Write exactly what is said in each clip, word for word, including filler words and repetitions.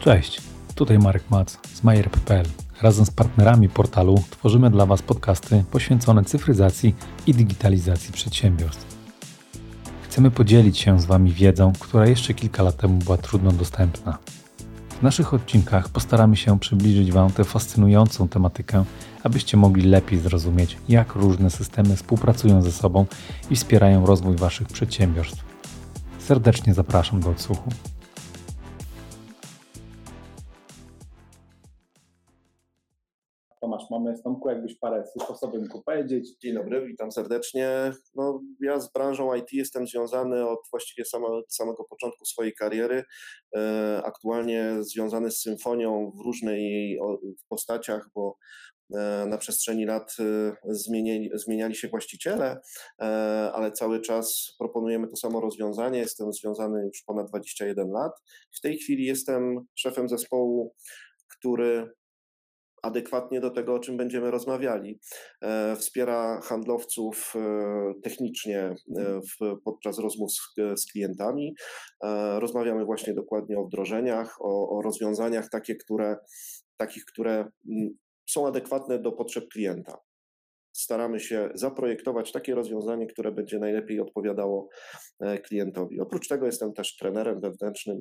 Cześć, tutaj Marek Mac z majerp kropka p l. Razem z partnerami portalu tworzymy dla Was podcasty poświęcone cyfryzacji i digitalizacji przedsiębiorstw. Chcemy podzielić się z Wami wiedzą, która jeszcze kilka lat temu była trudno dostępna. W naszych odcinkach postaramy się przybliżyć Wam tę fascynującą tematykę, abyście mogli lepiej zrozumieć, jak różne systemy współpracują ze sobą i wspierają rozwój Waszych przedsiębiorstw. Serdecznie zapraszam do odsłuchu. Tomasz, mamy z Tomku, jakbyś parę słów o sobie mógł powiedzieć. Dzień dobry, witam serdecznie. No, ja z branżą I T jestem związany od właściwie samo, samego początku swojej kariery. E, aktualnie związany z symfonią w różnej jej postaciach, bo e, na przestrzeni lat e, zmieniali, zmieniali się właściciele, e, ale cały czas proponujemy to samo rozwiązanie. Jestem związany już ponad dwadzieścia jeden lat. W tej chwili jestem szefem zespołu, który adekwatnie do tego, o czym będziemy rozmawiali. E, wspiera handlowców e, technicznie e, w, podczas rozmów z, z klientami. E, rozmawiamy właśnie dokładnie o wdrożeniach, o, o rozwiązaniach takie, które, takich, które m, są adekwatne do potrzeb klienta. Staramy się zaprojektować takie rozwiązanie, które będzie najlepiej odpowiadało e, klientowi. Oprócz tego jestem też trenerem wewnętrznym.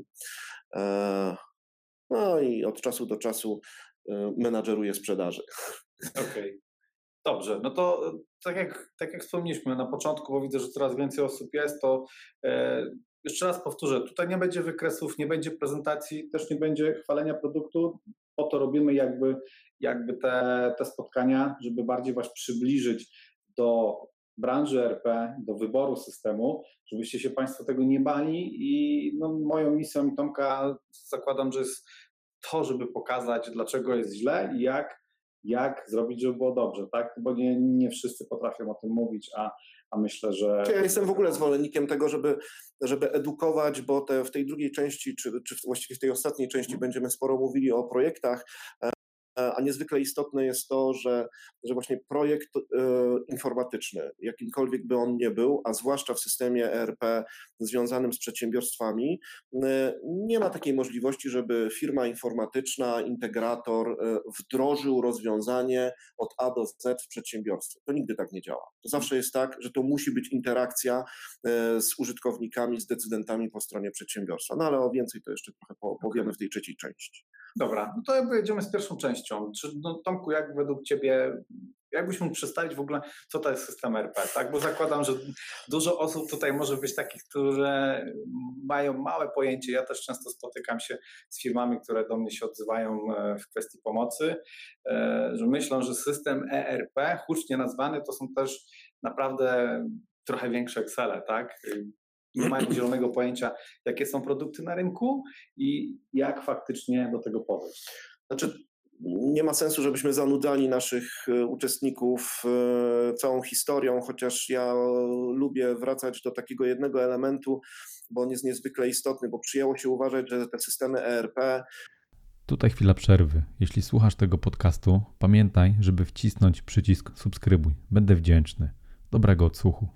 E, no i od czasu do czasu menadżeruje sprzedaży. Okej, okay. Dobrze. No to tak jak, tak jak wspomnieliśmy na początku, bo widzę, że coraz więcej osób jest, to e, jeszcze raz powtórzę, tutaj nie będzie wykresów, nie będzie prezentacji, też nie będzie chwalenia produktu. Po to robimy jakby, jakby te, te spotkania, żeby bardziej Was przybliżyć do branży E R P, do wyboru systemu, żebyście się Państwo tego nie bali i no, moją misją i Tomka zakładam, że jest to, żeby pokazać, dlaczego jest źle i jak, jak zrobić, żeby było dobrze, tak? Bo nie, nie wszyscy potrafią o tym mówić, a, a myślę, że... Ja jestem w ogóle zwolennikiem tego, żeby, żeby edukować, bo te, w tej drugiej części, czy, czy właściwie w tej ostatniej części hmm. będziemy sporo mówili o projektach, a niezwykle istotne jest to, że, że właśnie projekt e, informatyczny, jakimkolwiek by on nie był, a zwłaszcza w systemie E R P związanym z przedsiębiorstwami, e, nie ma takiej możliwości, żeby firma informatyczna, integrator e, wdrożył rozwiązanie od A do Z w przedsiębiorstwie. To nigdy tak nie działa. To zawsze jest tak, że to musi być interakcja e, z użytkownikami, z decydentami po stronie przedsiębiorstwa. No ale o więcej to jeszcze trochę powiemy w tej trzeciej części. Dobra, no to jakby jedziemy z pierwszą częścią. Czy, no, Tomku, jak według Ciebie, jakbyś mógł przedstawić w ogóle, co to jest system E R P, tak? Bo zakładam, że dużo osób tutaj może być takich, które mają małe pojęcie. Ja też często spotykam się z firmami, które do mnie się odzywają w kwestii pomocy, że myślą, że system E R P, hucznie nazwany, to są też naprawdę trochę większe Excele, tak? Nie mają zielonego pojęcia, jakie są produkty na rynku i jak faktycznie do tego podejść. Znaczy, nie ma sensu, żebyśmy zanudzali naszych uczestników całą historią, chociaż ja lubię wracać do takiego jednego elementu, bo on jest niezwykle istotny, bo przyjęło się uważać, że te systemy E R P... Tutaj chwila przerwy. Jeśli słuchasz tego podcastu, pamiętaj, żeby wcisnąć przycisk subskrybuj. Będę wdzięczny. Dobrego odsłuchu.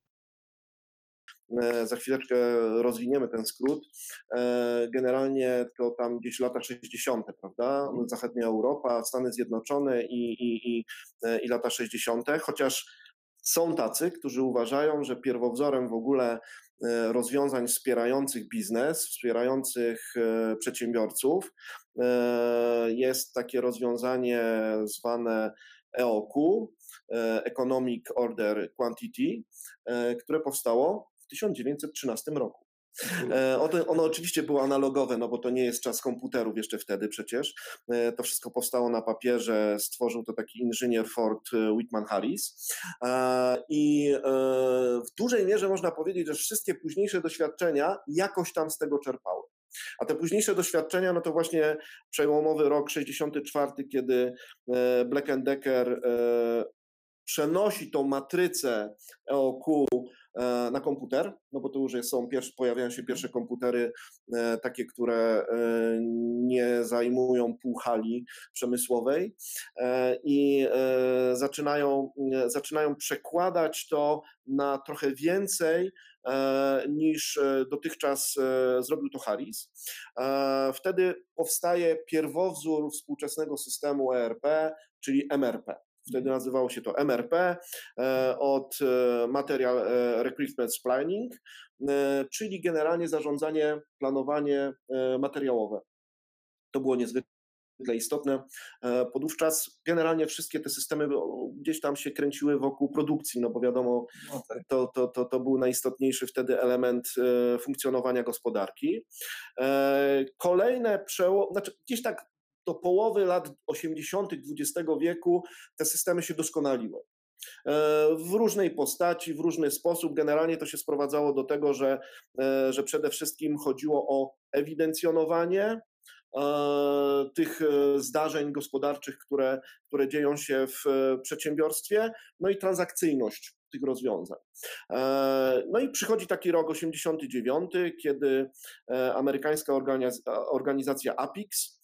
Za chwileczkę rozwiniemy ten skrót. Generalnie to tam gdzieś lata sześćdziesiąte, prawda? Zachodnia Europa, Stany Zjednoczone i, i, i, i lata sześćdziesiąte. Chociaż są tacy, którzy uważają, że pierwowzorem w ogóle rozwiązań wspierających biznes, wspierających przedsiębiorców jest takie rozwiązanie zwane E O Q, Economic Order Quantity, które powstało w tysiąc dziewięćset trzynastym roku. Ono oczywiście było analogowe, no bo to nie jest czas komputerów jeszcze wtedy przecież. To wszystko powstało na papierze, stworzył to taki inżynier Ford Whitman Harris. I w dużej mierze można powiedzieć, że wszystkie późniejsze doświadczenia jakoś tam z tego czerpały. A te późniejsze doświadczenia, no to właśnie przełomowy rok sześćdziesiąty czwarty, kiedy Black and Decker przenosi tą matrycę E O Q na komputer, no bo to już są pierwsze, pojawiają się pierwsze komputery takie, które nie zajmują pół hali przemysłowej i zaczynają, zaczynają przekładać to na trochę więcej niż dotychczas zrobił to Harris. Wtedy powstaje pierwowzór współczesnego systemu E R P, czyli M R P. Wtedy nazywało się to M R P, od Material Requirements Planning, czyli generalnie zarządzanie, planowanie materiałowe. To było niezwykle istotne. Podówczas generalnie wszystkie te systemy gdzieś tam się kręciły wokół produkcji, no bo wiadomo, to, to, to, to był najistotniejszy wtedy element funkcjonowania gospodarki. Kolejne przełom, znaczy gdzieś tak do połowy lat osiemdziesiątych dwudziestego wieku te systemy się doskonaliły. W różnej postaci, w różny sposób. Generalnie to się sprowadzało do tego, że, że przede wszystkim chodziło o ewidencjonowanie tych zdarzeń gospodarczych, które, które dzieją się w przedsiębiorstwie, no i transakcyjność tych rozwiązań. No i przychodzi taki rok osiemdziesiąty dziewiąty, kiedy amerykańska organizacja APIX,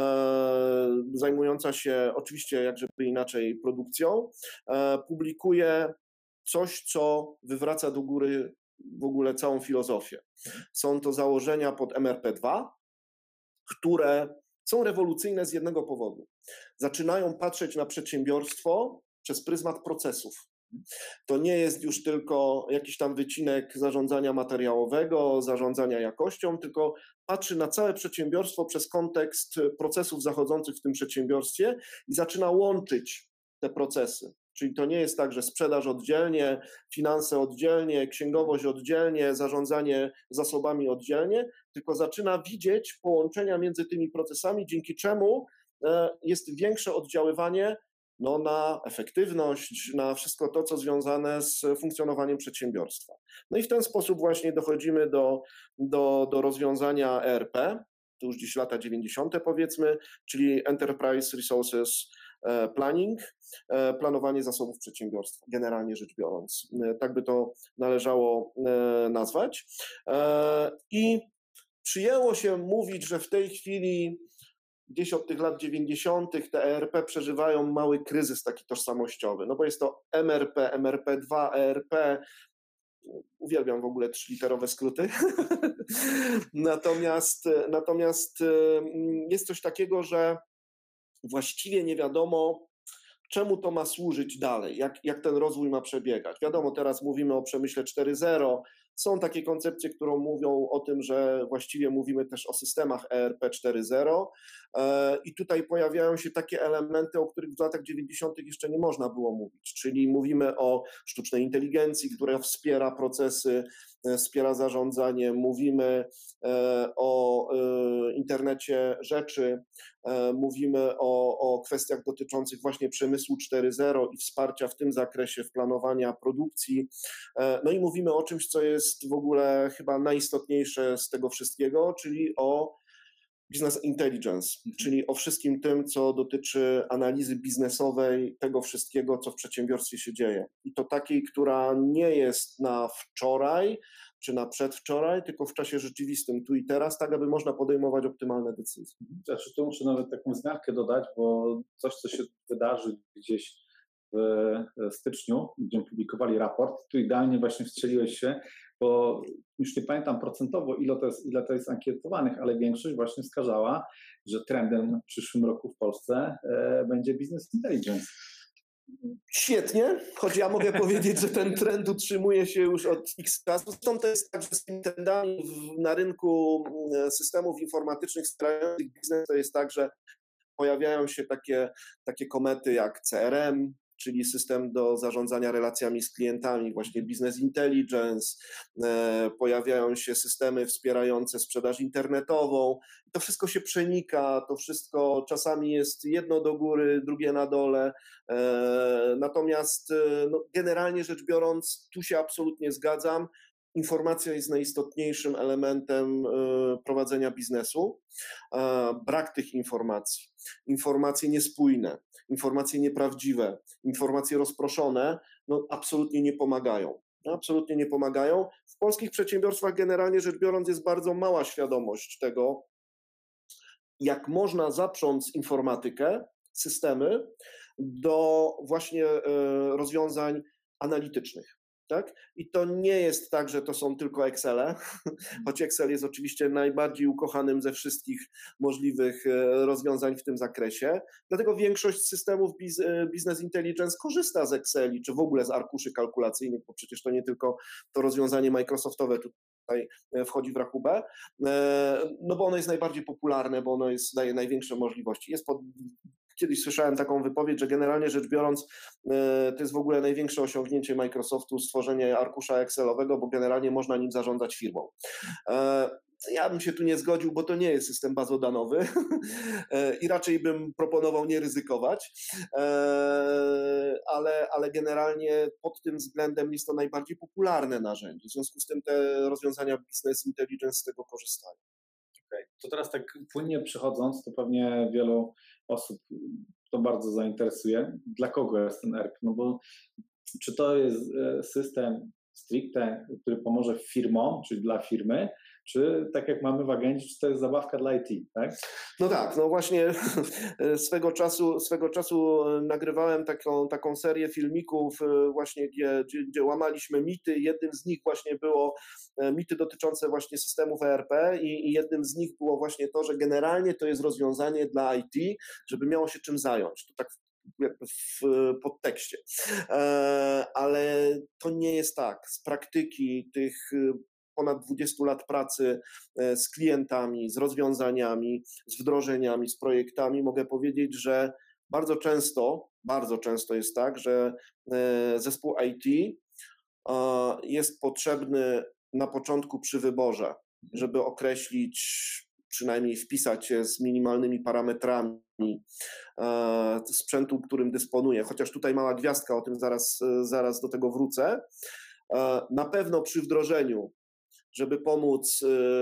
zajmująca się oczywiście jak żeby inaczej produkcją, publikuje coś, co wywraca do góry w ogóle całą filozofię. Są to założenia pod M R P dwa, które są rewolucyjne z jednego powodu. Zaczynają patrzeć na przedsiębiorstwo przez pryzmat procesów. To nie jest już tylko jakiś tam wycinek zarządzania materiałowego, zarządzania jakością, tylko patrzy na całe przedsiębiorstwo przez kontekst procesów zachodzących w tym przedsiębiorstwie i zaczyna łączyć te procesy. Czyli to nie jest tak, że sprzedaż oddzielnie, finanse oddzielnie, księgowość oddzielnie, zarządzanie zasobami oddzielnie, tylko zaczyna widzieć połączenia między tymi procesami, dzięki czemu jest większe oddziaływanie no, na efektywność, na wszystko to, co związane z funkcjonowaniem przedsiębiorstwa. No i w ten sposób właśnie dochodzimy do, do, do rozwiązania E R P, to już dziś lata dziewięćdziesiąte powiedzmy, czyli Enterprise Resources Planning, planowanie zasobów przedsiębiorstwa, generalnie rzecz biorąc. Tak by to należało nazwać. I przyjęło się mówić, że w tej chwili gdzieś od tych lat dziewięćdziesiątych te E R P przeżywają mały kryzys taki tożsamościowy, no bo jest to M R P, M R P dwa, E R P, uwielbiam w ogóle trzyliterowe skróty, natomiast, natomiast jest coś takiego, że właściwie nie wiadomo, czemu to ma służyć dalej, jak, jak ten rozwój ma przebiegać. Wiadomo, teraz mówimy o przemyśle cztery zero, są takie koncepcje, które mówią o tym, że właściwie mówimy też o systemach E R P cztery zero i tutaj pojawiają się takie elementy, o których w latach dziewięćdziesiątych jeszcze nie można było mówić, czyli mówimy o sztucznej inteligencji, która wspiera procesy, wspiera zarządzanie, mówimy o internecie rzeczy, mówimy o, o kwestiach dotyczących właśnie przemysłu cztery zero i wsparcia w tym zakresie, w planowania produkcji, no i mówimy o czymś, co jest w ogóle chyba najistotniejsze z tego wszystkiego, czyli o business intelligence, czyli o wszystkim tym, co dotyczy analizy biznesowej tego wszystkiego, co w przedsiębiorstwie się dzieje. I to takiej, która nie jest na wczoraj czy na przedwczoraj, tylko w czasie rzeczywistym, tu i teraz, tak aby można podejmować optymalne decyzje. Znaczy, tu muszę nawet taką wzmiankę dodać, bo coś, co się wydarzy gdzieś w styczniu, gdzie publikowali raport, tu idealnie właśnie wstrzeliłeś się, bo już nie pamiętam procentowo, ile to jest, ile to jest ankietowanych, ale większość właśnie wskazała, że trendem w przyszłym roku w Polsce e, będzie business intelligence. Świetnie, choć ja mogę powiedzieć, że ten trend utrzymuje się już od x czasu. Zresztą to jest tak, że z tymi trendami w, na rynku systemów informatycznych wspierających biznes to jest tak, że pojawiają się takie, takie komety jak C R M, czyli system do zarządzania relacjami z klientami, właśnie business intelligence, e, pojawiają się systemy wspierające sprzedaż internetową. To wszystko się przenika, to wszystko czasami jest jedno do góry, drugie na dole. E, natomiast e, no, generalnie rzecz biorąc, tu się absolutnie zgadzam. Informacja jest najistotniejszym elementem prowadzenia biznesu. Brak tych informacji, informacje niespójne, informacje nieprawdziwe, informacje rozproszone, no absolutnie nie pomagają. absolutnie nie pomagają. W polskich przedsiębiorstwach generalnie rzecz biorąc jest bardzo mała świadomość tego, jak można zaprząc informatykę, systemy do właśnie rozwiązań analitycznych. Tak? I to nie jest tak, że to są tylko Excele, choć Excel jest oczywiście najbardziej ukochanym ze wszystkich możliwych rozwiązań w tym zakresie. Dlatego większość systemów Business Intelligence korzysta z Exceli, czy w ogóle z arkuszy kalkulacyjnych, bo przecież to nie tylko to rozwiązanie Microsoftowe tutaj wchodzi w rachubę, no bo ono jest najbardziej popularne, bo ono jest, daje największe możliwości. Jest pod, Kiedyś słyszałem taką wypowiedź, że generalnie rzecz biorąc to jest w ogóle największe osiągnięcie Microsoftu stworzenie arkusza Excelowego, bo generalnie można nim zarządzać firmą. Ja bym się tu nie zgodził, bo to nie jest system bazodanowy i raczej bym proponował nie ryzykować, ale, ale generalnie pod tym względem jest to najbardziej popularne narzędzie. W związku z tym te rozwiązania Business Intelligence z tego korzystają. Okay. To teraz tak płynnie przechodząc, to pewnie wielu osób to bardzo zainteresuje. Dla kogo jest ten E R P? No bo czy to jest system stricte, który pomoże firmom, czyli dla firmy, czy tak jak mamy w agendzie, czy to jest zabawka dla I T, tak? No tak, no właśnie swego czasu, swego czasu nagrywałem taką, taką serię filmików właśnie, gdzie, gdzie łamaliśmy mity. Jednym z nich właśnie było mity dotyczące właśnie systemów E R P i, i jednym z nich było właśnie to, że generalnie to jest rozwiązanie dla I T, żeby miało się czym zająć. To tak jakby w podtekście. Ale to nie jest tak. Z praktyki tych ponad dwudziestu lat pracy z klientami, z rozwiązaniami, z wdrożeniami, z projektami mogę powiedzieć, że bardzo często, bardzo często jest tak, że zespół I T jest potrzebny na początku przy wyborze, żeby określić, przynajmniej wpisać się z minimalnymi parametrami sprzętu, którym dysponuje. Chociaż tutaj mała gwiazdka, o tym zaraz, zaraz do tego wrócę. Na pewno przy wdrożeniu, żeby pomóc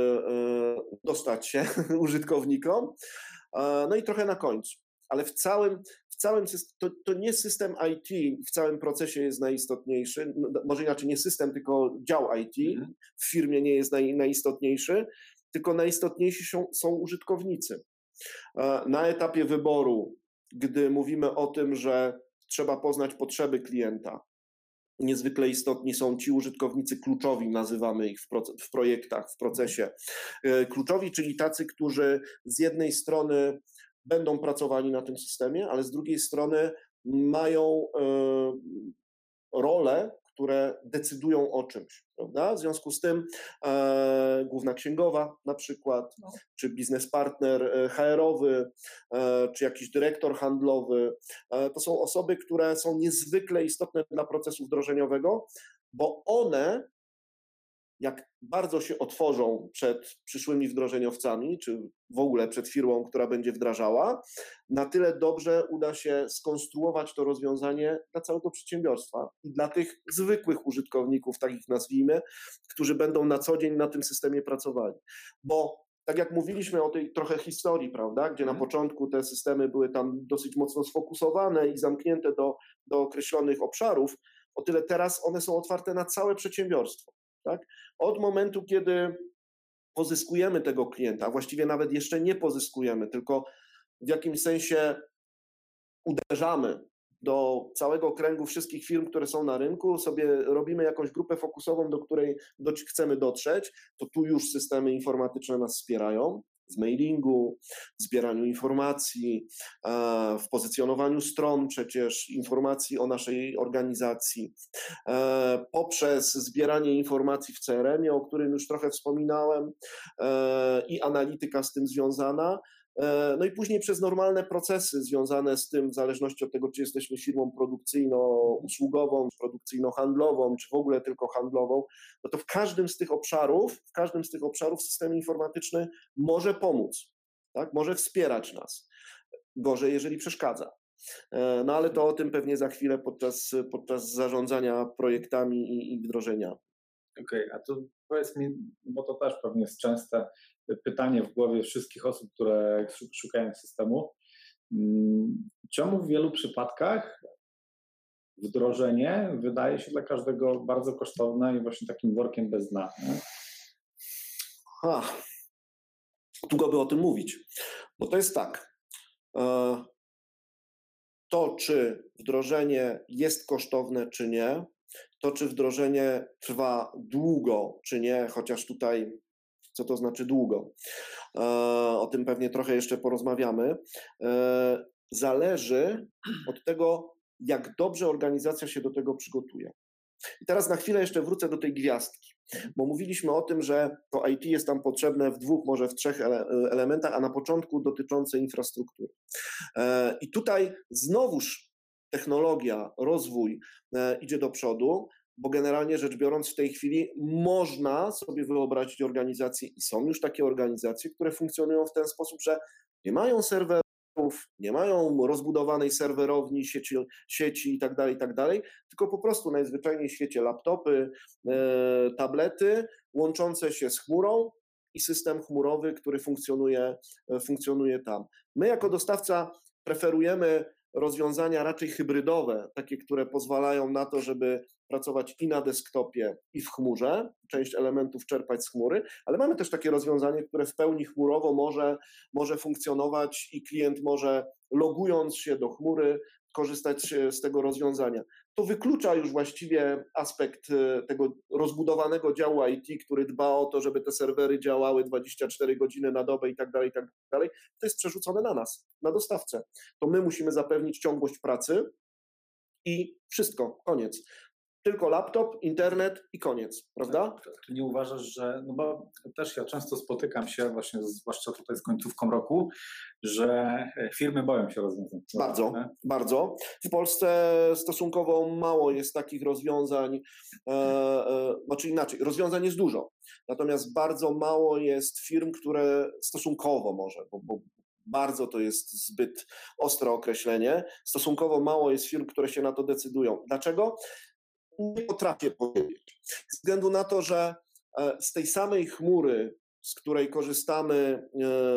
dostać się użytkownikom, no i trochę na końcu. Ale w całym, w całym to, to nie system I T w całym procesie jest najistotniejszy, może inaczej nie system, tylko dział I T w firmie nie jest naj, najistotniejszy, tylko najistotniejsi są, są użytkownicy. Na etapie wyboru, gdy mówimy o tym, że trzeba poznać potrzeby klienta, niezwykle istotni są ci użytkownicy kluczowi, nazywamy ich w, pro, w projektach, w procesie. Kluczowi, czyli tacy, którzy z jednej strony będą pracowali na tym systemie, ale z drugiej strony mają y, rolę, które decydują o czymś, prawda? W związku z tym e, główna księgowa na przykład, no. czy biznes partner H R-owy, e, czy jakiś dyrektor handlowy, e, to są osoby, które są niezwykle istotne dla procesu wdrożeniowego, bo one, jak bardzo się otworzą przed przyszłymi wdrożeniowcami, czy w ogóle przed firmą, która będzie wdrażała, na tyle dobrze uda się skonstruować to rozwiązanie dla całego przedsiębiorstwa i dla tych zwykłych użytkowników, tak ich nazwijmy, którzy będą na co dzień na tym systemie pracowali. Bo tak jak mówiliśmy o tej trochę historii, prawda, gdzie na początku te systemy były tam dosyć mocno sfokusowane i zamknięte do, do określonych obszarów, o tyle teraz one są otwarte na całe przedsiębiorstwo. Tak? Od momentu, kiedy pozyskujemy tego klienta, a właściwie nawet jeszcze nie pozyskujemy, tylko w jakimś sensie uderzamy do całego kręgu wszystkich firm, które są na rynku, sobie robimy jakąś grupę fokusową, do której do, chcemy dotrzeć, to tu już systemy informatyczne nas wspierają w mailingu, w zbieraniu informacji, w pozycjonowaniu stron przecież, informacji o naszej organizacji, poprzez zbieranie informacji w C R M-ie, o którym już trochę wspominałem, i analityka z tym związana. No i później przez normalne procesy związane z tym, w zależności od tego, czy jesteśmy firmą produkcyjno-usługową, produkcyjno-handlową, czy w ogóle tylko handlową, no to w każdym z tych obszarów, w każdym z tych obszarów system informatyczny może pomóc, tak? Może wspierać nas. Gorzej, jeżeli przeszkadza. No ale to o tym pewnie za chwilę podczas, podczas zarządzania projektami i, i wdrożenia. Okej, okay, a to powiedz mi, bo to też pewnie jest częste pytanie w głowie wszystkich osób, które szukają systemu. Czemu w wielu przypadkach wdrożenie wydaje się dla każdego bardzo kosztowne i właśnie takim workiem bez dna. Nie? Ha, długo by o tym mówić, bo to jest tak. To, czy wdrożenie jest kosztowne, czy nie, to, czy wdrożenie trwa długo, czy nie, chociaż tutaj co to znaczy długo, o tym pewnie trochę jeszcze porozmawiamy, zależy od tego, jak dobrze organizacja się do tego przygotuje. I teraz na chwilę jeszcze wrócę do tej gwiazdki, bo mówiliśmy o tym, że to I T jest tam potrzebne w dwóch, może w trzech ele- elementach, a na początku dotyczące infrastruktury. I tutaj znowuż technologia, rozwój idzie do przodu, bo generalnie rzecz biorąc w tej chwili można sobie wyobrazić organizacje i są już takie organizacje, które funkcjonują w ten sposób, że nie mają serwerów, nie mają rozbudowanej serwerowni, sieci, sieci i tak dalej, i tak dalej, tylko po prostu najzwyczajniej w świecie laptopy, e, tablety łączące się z chmurą i system chmurowy, który funkcjonuje, funkcjonuje tam. My jako dostawca preferujemy rozwiązania raczej hybrydowe, takie, które pozwalają na to, żeby pracować i na desktopie, i w chmurze, część elementów czerpać z chmury, ale mamy też takie rozwiązanie, które w pełni chmurowo może, może funkcjonować i klient może, logując się do chmury, korzystać z tego rozwiązania. To wyklucza już właściwie aspekt tego rozbudowanego działu I T, który dba o to, żeby te serwery działały dwadzieścia cztery godziny na dobę i tak dalej, i tak dalej. To jest przerzucone na nas, na dostawcę. To my musimy zapewnić ciągłość pracy i wszystko, koniec. Tylko laptop, internet i koniec, prawda? Ty nie uważasz, że, no bo też ja często spotykam się właśnie, zwłaszcza tutaj z końcówką roku, że firmy boją się rozwiązań. Bardzo, nie? bardzo. W Polsce stosunkowo mało jest takich rozwiązań, e, e, znaczy inaczej, rozwiązań jest dużo, natomiast bardzo mało jest firm, które stosunkowo może, bo, bo bardzo to jest zbyt ostre określenie, stosunkowo mało jest firm, które się na to decydują. Dlaczego? Nie potrafię powiedzieć. Ze względu na to, że z tej samej chmury, z której korzystamy,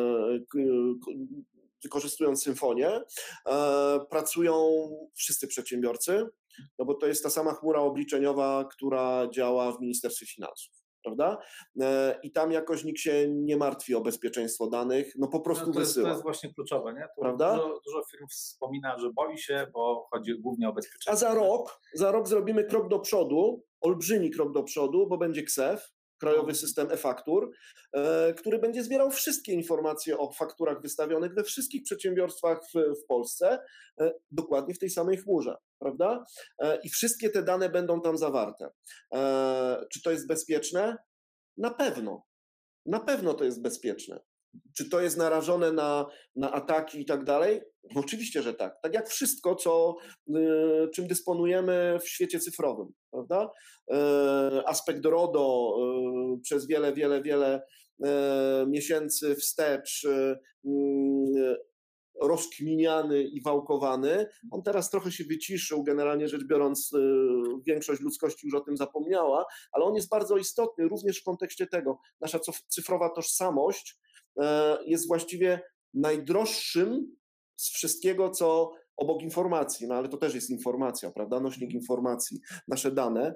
wykorzystując Symfonię, pracują wszyscy przedsiębiorcy, no bo to jest ta sama chmura obliczeniowa, która działa w Ministerstwie Finansów. Prawda? I tam jakoś nikt się nie martwi o bezpieczeństwo danych, no po prostu no to jest, wysyła. To jest właśnie kluczowe, nie? To prawda? Dużo, dużo firm wspomina, że boi się, bo chodzi głównie o bezpieczeństwo. A za rok, za rok zrobimy krok do przodu, olbrzymi krok do przodu, bo będzie K S E F, Krajowy System e-Faktur, e, który będzie zbierał wszystkie informacje o fakturach wystawionych we wszystkich przedsiębiorstwach w, w Polsce, e, dokładnie w tej samej chmurze, prawda? E, I wszystkie te dane będą tam zawarte. E, czy to jest bezpieczne? Na pewno. Na pewno to jest bezpieczne. Czy to jest narażone na, na ataki i tak dalej? No oczywiście, że tak. Tak jak wszystko, co, y, czym dysponujemy w świecie cyfrowym, prawda? Y, aspekt RODO y, przez wiele, wiele, wiele y, miesięcy wstecz y, y, rozkminiany i wałkowany. On teraz trochę się wyciszył, generalnie rzecz biorąc, y, większość ludzkości już o tym zapomniała, ale on jest bardzo istotny również w kontekście tego. Nasza cyfrowa tożsamość jest właściwie najdroższym z wszystkiego, co obok informacji, no ale to też jest informacja, prawda, nośnik informacji, nasze dane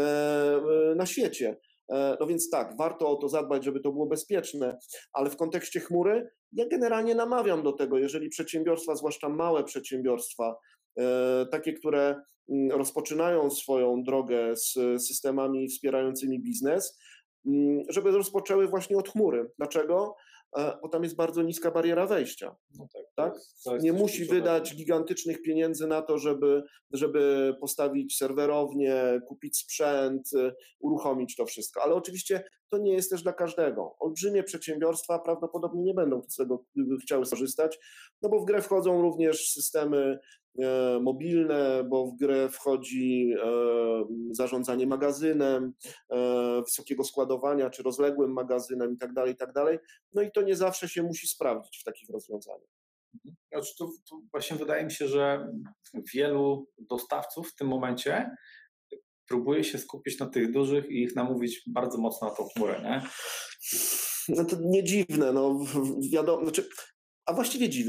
na świecie. No więc tak, warto o to zadbać, żeby to było bezpieczne, ale w kontekście chmury ja generalnie namawiam do tego, jeżeli przedsiębiorstwa, zwłaszcza małe przedsiębiorstwa, takie, które rozpoczynają swoją drogę z systemami wspierającymi biznes, żeby rozpoczęły właśnie od chmury. Dlaczego? Bo tam jest bardzo niska bariera wejścia. No tak, tak? To jest, to jest nie musi wydać gigantycznych pieniędzy na to, żeby, żeby postawić serwerownię, kupić sprzęt, uruchomić to wszystko. Ale oczywiście to nie jest też dla każdego. Olbrzymie przedsiębiorstwa prawdopodobnie nie będą z tego chciały skorzystać, no bo w grę wchodzą również systemy e, mobilne, bo w grę wchodzi e, zarządzanie magazynem, e, wysokiego składowania, czy rozległym magazynem i tak dalej, i tak dalej. No i to nie zawsze się musi sprawdzić w takich rozwiązaniach. Znaczy, to, to właśnie wydaje mi się, że wielu dostawców w tym momencie próbuje się skupić na tych dużych i ich namówić bardzo mocno na tą chmurę, nie? No to nie dziwne, no wiadomo, znaczy, a właściwie dziwne.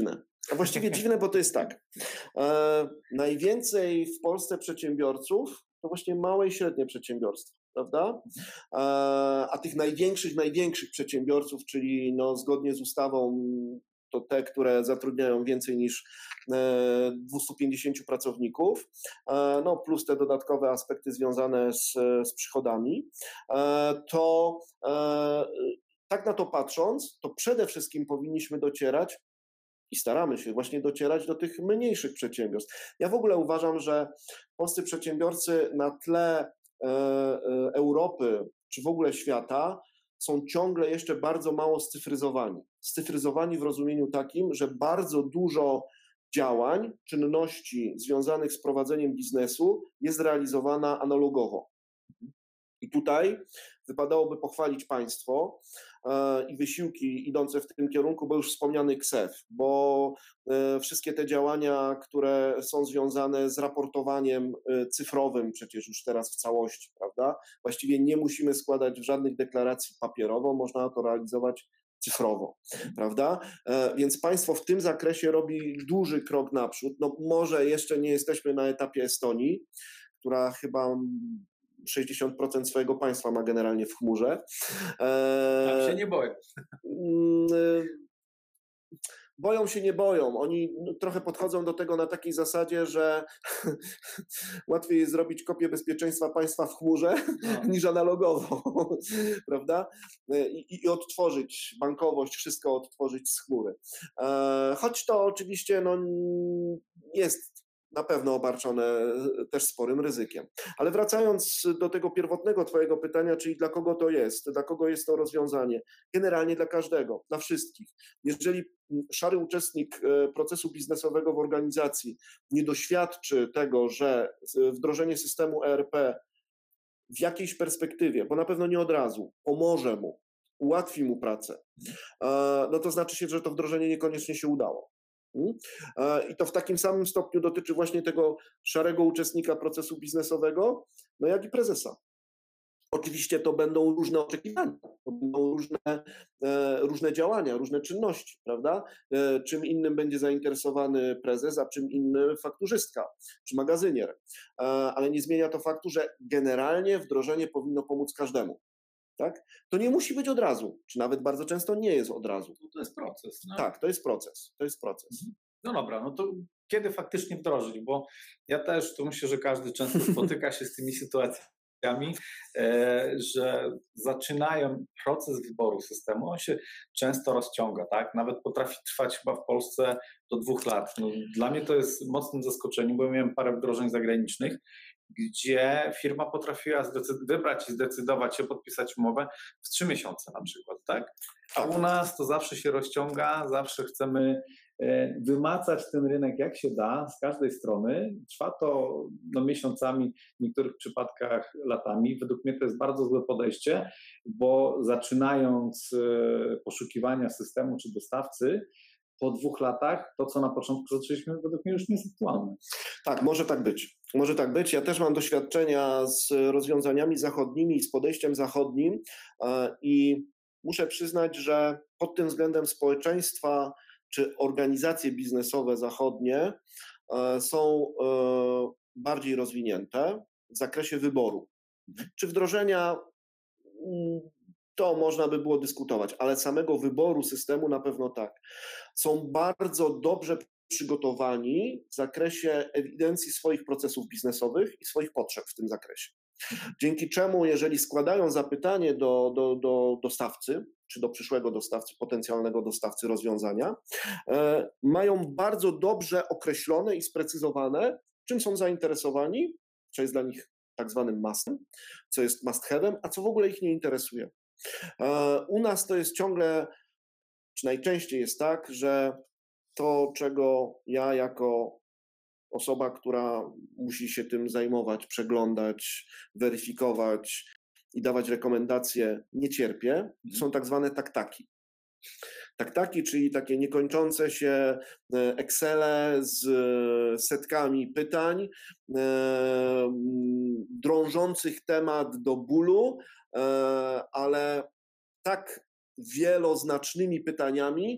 A właściwie dziwne, bo to jest tak. E, najwięcej w Polsce przedsiębiorców to właśnie małe i średnie przedsiębiorstwa, prawda? E, a tych największych, największych przedsiębiorców, czyli no, zgodnie z ustawą to te, które zatrudniają więcej niż e, dwieście pięćdziesiąt pracowników, e, no plus te dodatkowe aspekty związane z, z przychodami, e, to e, tak na to patrząc, to przede wszystkim powinniśmy docierać i staramy się właśnie docierać do tych mniejszych przedsiębiorstw. Ja w ogóle uważam, że polscy przedsiębiorcy na tle e, e, Europy czy w ogóle świata są ciągle jeszcze bardzo mało scyfryzowani. Scyfryzowani w rozumieniu takim, że bardzo dużo działań, czynności związanych z prowadzeniem biznesu jest realizowana analogowo. I tutaj wypadałoby pochwalić państwo e, i wysiłki idące w tym kierunku, bo już wspomniany K S E F, bo e, wszystkie te działania, które są związane z raportowaniem e, cyfrowym, przecież już teraz w całości, prawda? Właściwie nie musimy składać żadnych deklaracji papierowo, można to realizować cyfrowo, prawda? E, więc państwo w tym zakresie robi duży krok naprzód. No może jeszcze nie jesteśmy na etapie Estonii, która chyba sześćdziesiąt procent swojego państwa ma generalnie w chmurze. Tam się nie boję. Boją się, nie boją. Oni trochę podchodzą do tego na takiej zasadzie, że łatwiej jest zrobić kopię bezpieczeństwa państwa w chmurze no. niż analogowo, prawda? I, I odtworzyć bankowość, wszystko odtworzyć z chmury. Choć to oczywiście no, jest na pewno obarczone też sporym ryzykiem. Ale wracając do tego pierwotnego twojego pytania, czyli dla kogo to jest, dla kogo jest to rozwiązanie? Generalnie dla każdego, dla wszystkich. Jeżeli szary uczestnik procesu biznesowego w organizacji nie doświadczy tego, że wdrożenie systemu E R P w jakiejś perspektywie, bo na pewno nie od razu, pomoże mu, ułatwi mu pracę, no to znaczy się, że to wdrożenie niekoniecznie się udało. I to w takim samym stopniu dotyczy właśnie tego szarego uczestnika procesu biznesowego, no jak i prezesa. Oczywiście to będą różne oczekiwania, to będą różne, różne działania, różne czynności, prawda? Czym innym będzie zainteresowany prezes, a czym innym fakturzystka czy magazynier. Ale nie zmienia to faktu, że generalnie wdrożenie powinno pomóc każdemu. Tak? To nie musi być od razu, czy nawet bardzo często nie jest od razu. To jest proces. No. Tak, to jest proces, to jest proces. No dobra, no to kiedy faktycznie wdrożyć? Bo ja też, to myślę, że każdy często spotyka się z tymi sytuacjami, e, że zaczynają proces wyboru systemu, on się często rozciąga, tak? Nawet potrafi trwać chyba w Polsce do dwóch lat. No, dla mnie to jest mocnym zaskoczeniem, bo miałem parę wdrożeń zagranicznych, gdzie firma potrafiła wybrać i zdecydować się, podpisać umowę w trzy miesiące na przykład, tak? A u nas to zawsze się rozciąga, zawsze chcemy wymacać ten rynek jak się da, z każdej strony. Trwa to no, miesiącami, w niektórych przypadkach latami. Według mnie to jest bardzo złe podejście, bo zaczynając poszukiwania systemu czy dostawcy, po dwóch latach to, co na początku zaczęliśmy, według mnie już nie jest aktualne. Tak, może tak być. Może tak być. Ja też mam doświadczenia z rozwiązaniami zachodnimi i z podejściem zachodnim i muszę przyznać, że pod tym względem społeczeństwa czy organizacje biznesowe zachodnie są bardziej rozwinięte w zakresie wyboru. Czy wdrożenia, to można by było dyskutować, ale samego wyboru systemu na pewno tak. Są bardzo dobrze przygotowani w zakresie ewidencji swoich procesów biznesowych i swoich potrzeb w tym zakresie. Dzięki czemu, jeżeli składają zapytanie do, do, do dostawcy, czy do przyszłego dostawcy, potencjalnego dostawcy rozwiązania, e, mają bardzo dobrze określone i sprecyzowane, czym są zainteresowani, co jest dla nich tak zwanym mustem, co jest must have'em, a co w ogóle ich nie interesuje. E, u nas to jest ciągle, czy najczęściej jest tak, że to, czego ja jako osoba, która musi się tym zajmować, przeglądać, weryfikować i dawać rekomendacje, nie cierpię, są tak zwane taktaki. Taktaki, czyli takie niekończące się Excele z setkami pytań, drążących temat do bólu, ale tak wieloznacznymi pytaniami,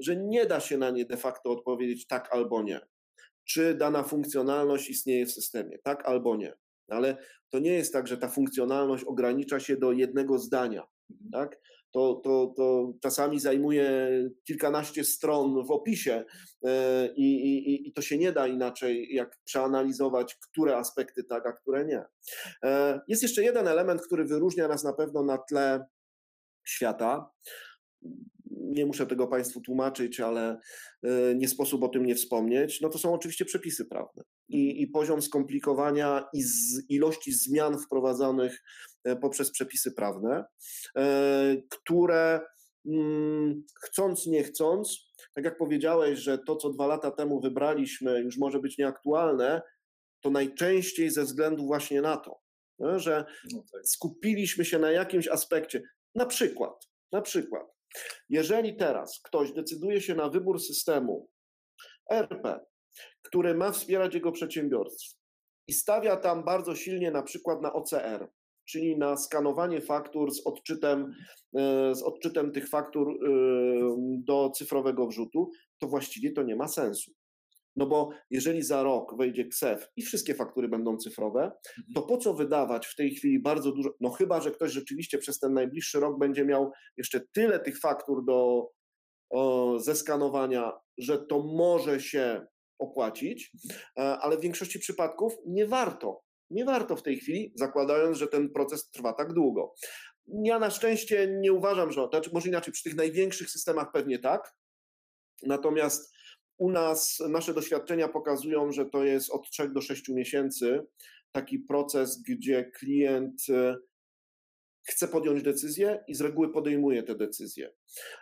że nie da się na nie de facto odpowiedzieć tak albo nie. Czy dana funkcjonalność istnieje w systemie, tak albo nie. Ale to nie jest tak, że ta funkcjonalność ogranicza się do jednego zdania. Tak? To, to, to czasami zajmuje kilkanaście stron w opisie i, i, i to się nie da inaczej, jak przeanalizować, które aspekty tak, a które nie. Jest jeszcze jeden element, który wyróżnia nas na pewno na tle świata. Nie muszę tego Państwu tłumaczyć, ale nie sposób o tym nie wspomnieć. No to są oczywiście przepisy prawne i, i poziom skomplikowania i z ilości zmian wprowadzonych poprzez przepisy prawne, które chcąc, nie chcąc, tak jak powiedziałeś, że to, co dwa lata temu wybraliśmy, już może być nieaktualne, to najczęściej ze względu właśnie na to, że skupiliśmy się na jakimś aspekcie. Na przykład, na przykład, jeżeli teraz ktoś decyduje się na wybór systemu R P, który ma wspierać jego przedsiębiorstwo i stawia tam bardzo silnie na przykład na O C R, czyli na skanowanie faktur z odczytem, z odczytem tych faktur do cyfrowego wrzutu, to właściwie to nie ma sensu. No bo jeżeli za rok wejdzie K S E F i wszystkie faktury będą cyfrowe, to po co wydawać w tej chwili bardzo dużo, no chyba, że ktoś rzeczywiście przez ten najbliższy rok będzie miał jeszcze tyle tych faktur do o, zeskanowania, że to może się opłacić, ale w większości przypadków nie warto. Nie warto w tej chwili, zakładając, że ten proces trwa tak długo. Ja na szczęście nie uważam, że, znaczy może inaczej, przy tych największych systemach pewnie tak, natomiast u nas nasze doświadczenia pokazują, że to jest od trzech do sześciu miesięcy taki proces, gdzie klient chce podjąć decyzję i z reguły podejmuje te decyzje.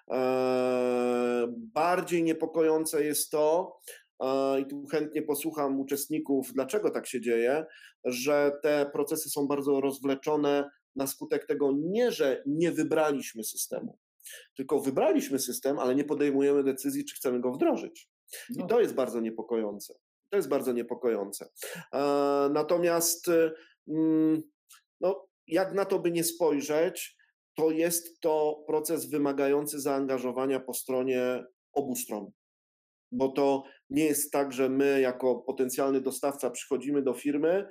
Bardziej niepokojące jest to, i tu chętnie posłucham uczestników, dlaczego tak się dzieje, że te procesy są bardzo rozwleczone na skutek tego nie, że nie wybraliśmy systemu, tylko wybraliśmy system, ale nie podejmujemy decyzji, czy chcemy go wdrożyć. I to jest bardzo niepokojące. To jest bardzo niepokojące. Natomiast no, jak na to by nie spojrzeć, to jest to proces wymagający zaangażowania po stronie obu stron. Bo to nie jest tak, że my jako potencjalny dostawca przychodzimy do firmy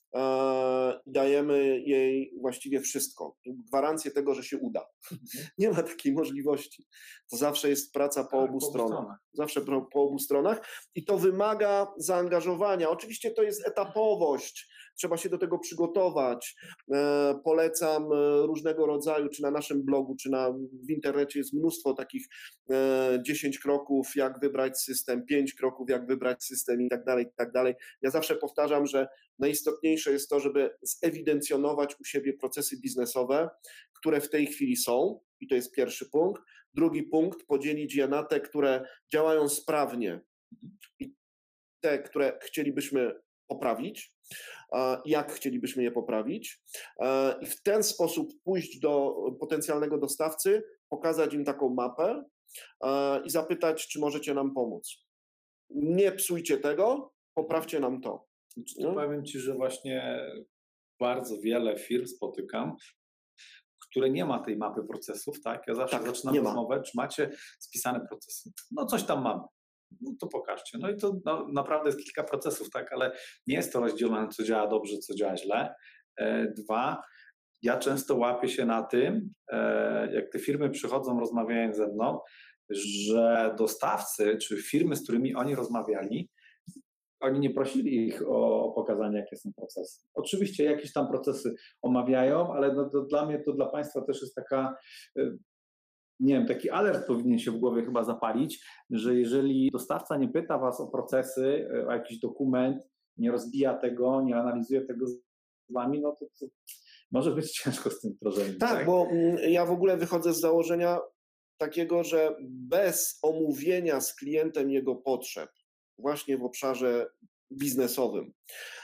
i dajemy jej właściwie wszystko. Gwarancję tego, że się uda. Nie ma takiej możliwości. To zawsze jest praca po obu stronach. Zawsze po, po obu stronach i to wymaga zaangażowania. Oczywiście to jest etapowość. Trzeba się do tego przygotować. E, polecam różnego rodzaju, czy na naszym blogu, czy na, w internecie jest mnóstwo takich e, dziesięć kroków, jak wybrać system, pięć kroków, jak wybrać system i tak dalej, i tak dalej. Ja zawsze powtarzam, że najistotniejsze jest to, żeby zewidencjonować u siebie procesy biznesowe, które w tej chwili są, i to jest pierwszy punkt. Drugi punkt, podzielić je na te, które działają sprawnie i te, które chcielibyśmy poprawić, jak chcielibyśmy je poprawić i w ten sposób pójść do potencjalnego dostawcy, pokazać im taką mapę i zapytać, czy możecie nam pomóc. Nie psujcie tego, poprawcie nam to. No? Powiem Ci, że właśnie bardzo wiele firm spotykam, które nie ma tej mapy procesów, tak? Ja zawsze tak, zaczynam rozmowę, czy macie spisane procesy. No coś tam mamy. No to pokażcie. No i to no, naprawdę jest kilka procesów, tak, ale nie jest to rozdzielone, co działa dobrze, co działa źle. E, dwa, ja często łapię się na tym, e, jak te firmy przychodzą, rozmawiają ze mną, że dostawcy, czy firmy, z którymi oni rozmawiali, oni nie prosili ich o pokazanie, jakie są procesy. Oczywiście jakieś tam procesy omawiają, ale no to dla mnie, to dla Państwa też jest taka... E, nie wiem, taki alert powinien się w głowie chyba zapalić, że jeżeli dostawca nie pyta Was o procesy, o jakiś dokument, nie rozbija tego, nie analizuje tego z Wami, no to, to może być ciężko z tym wdrożeniem. Tak, tak, bo ja w ogóle wychodzę z założenia takiego, że bez omówienia z klientem jego potrzeb, właśnie w obszarze biznesowym,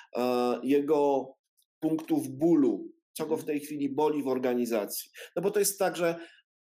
jego punktów bólu, co go w tej chwili boli w organizacji, no bo to jest tak, że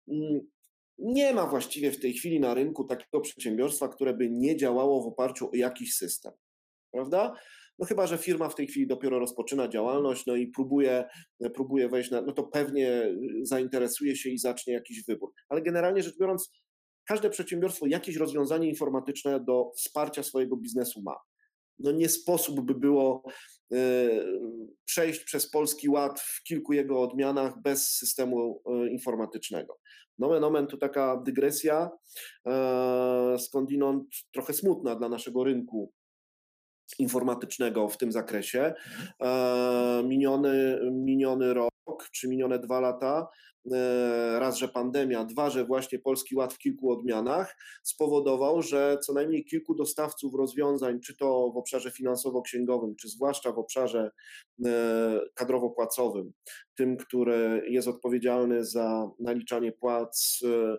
nie ma właściwie w tej chwili na rynku takiego przedsiębiorstwa, które by nie działało w oparciu o jakiś system, prawda? No chyba że firma w tej chwili dopiero rozpoczyna działalność, no i próbuje, próbuje wejść na, no to pewnie zainteresuje się i zacznie jakiś wybór. Ale generalnie rzecz biorąc, każde przedsiębiorstwo jakieś rozwiązanie informatyczne do wsparcia swojego biznesu ma. No nie sposób by było y, przejść przez Polski Ład w kilku jego odmianach bez systemu y, informatycznego. Nomen omen, tu taka dygresja, y, skądinąd trochę smutna dla naszego rynku informatycznego w tym zakresie. E, miniony, miniony rok, czy minione dwa lata, e, raz, że pandemia, dwa, że właśnie Polski Ład w kilku odmianach spowodował, że co najmniej kilku dostawców rozwiązań, czy to w obszarze finansowo-księgowym, czy zwłaszcza w obszarze e, kadrowo-płacowym, tym, który jest odpowiedzialny za naliczanie płac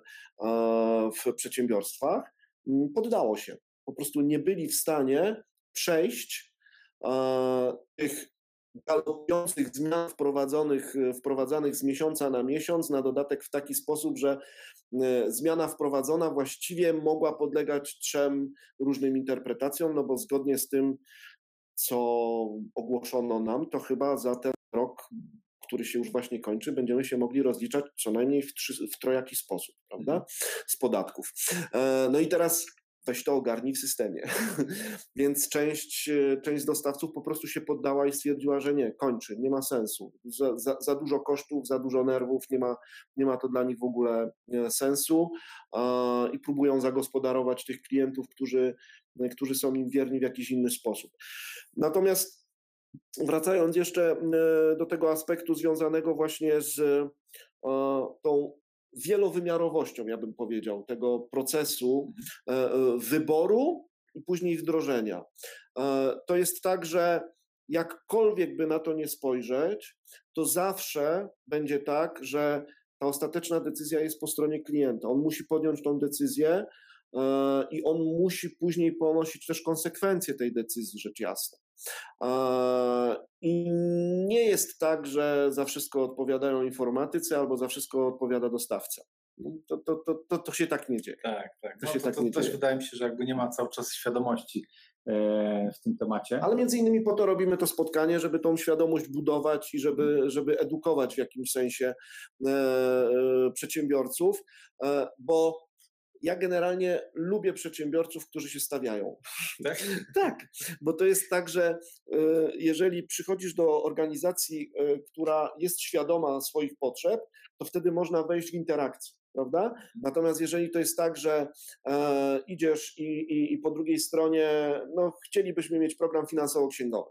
e, w przedsiębiorstwach, poddało się. Po prostu nie byli w stanie przejść e, tych galopujących zmian wprowadzonych, wprowadzanych z miesiąca na miesiąc, na dodatek w taki sposób, że e, zmiana wprowadzona właściwie mogła podlegać trzem różnym interpretacjom, no bo zgodnie z tym, co ogłoszono nam, to chyba za ten rok, który się już właśnie kończy, będziemy się mogli rozliczać co najmniej w, trzy, w trojaki sposób, prawda, z podatków. E, no i teraz weź to ogarnij w systemie. Więc część, część dostawców po prostu się poddała i stwierdziła, że nie, kończy, nie ma sensu. Za, za, za dużo kosztów, za dużo nerwów, nie ma, nie ma to dla nich w ogóle sensu uh, i próbują zagospodarować tych klientów, którzy, którzy są im wierni w jakiś inny sposób. Natomiast wracając jeszcze do tego aspektu związanego właśnie z uh, tą wielowymiarowością, ja bym powiedział, tego procesu wyboru i później wdrożenia. To jest tak, że jakkolwiek by na to nie spojrzeć, to zawsze będzie tak, że ta ostateczna decyzja jest po stronie klienta. On musi podjąć tą decyzję i on musi później ponosić też konsekwencje tej decyzji, rzecz jasna. I nie jest tak, że za wszystko odpowiadają informatycy albo za wszystko odpowiada dostawca. To, to, to, to, to się tak nie dzieje. Tak, tak. To no się to, tak to nie też dzieje. wydaje mi się, że jakby nie ma cały czas świadomości e, w tym temacie. Ale między innymi po to robimy to spotkanie, żeby tą świadomość budować i żeby, żeby edukować w jakimś sensie e, e, przedsiębiorców, e, bo ja generalnie lubię przedsiębiorców, którzy się stawiają. Tak? Tak, bo to jest tak, że jeżeli przychodzisz do organizacji, która jest świadoma swoich potrzeb, to wtedy można wejść w interakcję, prawda? Natomiast jeżeli to jest tak, że e, idziesz i, i, i po drugiej stronie, no chcielibyśmy mieć program finansowo-księgowy.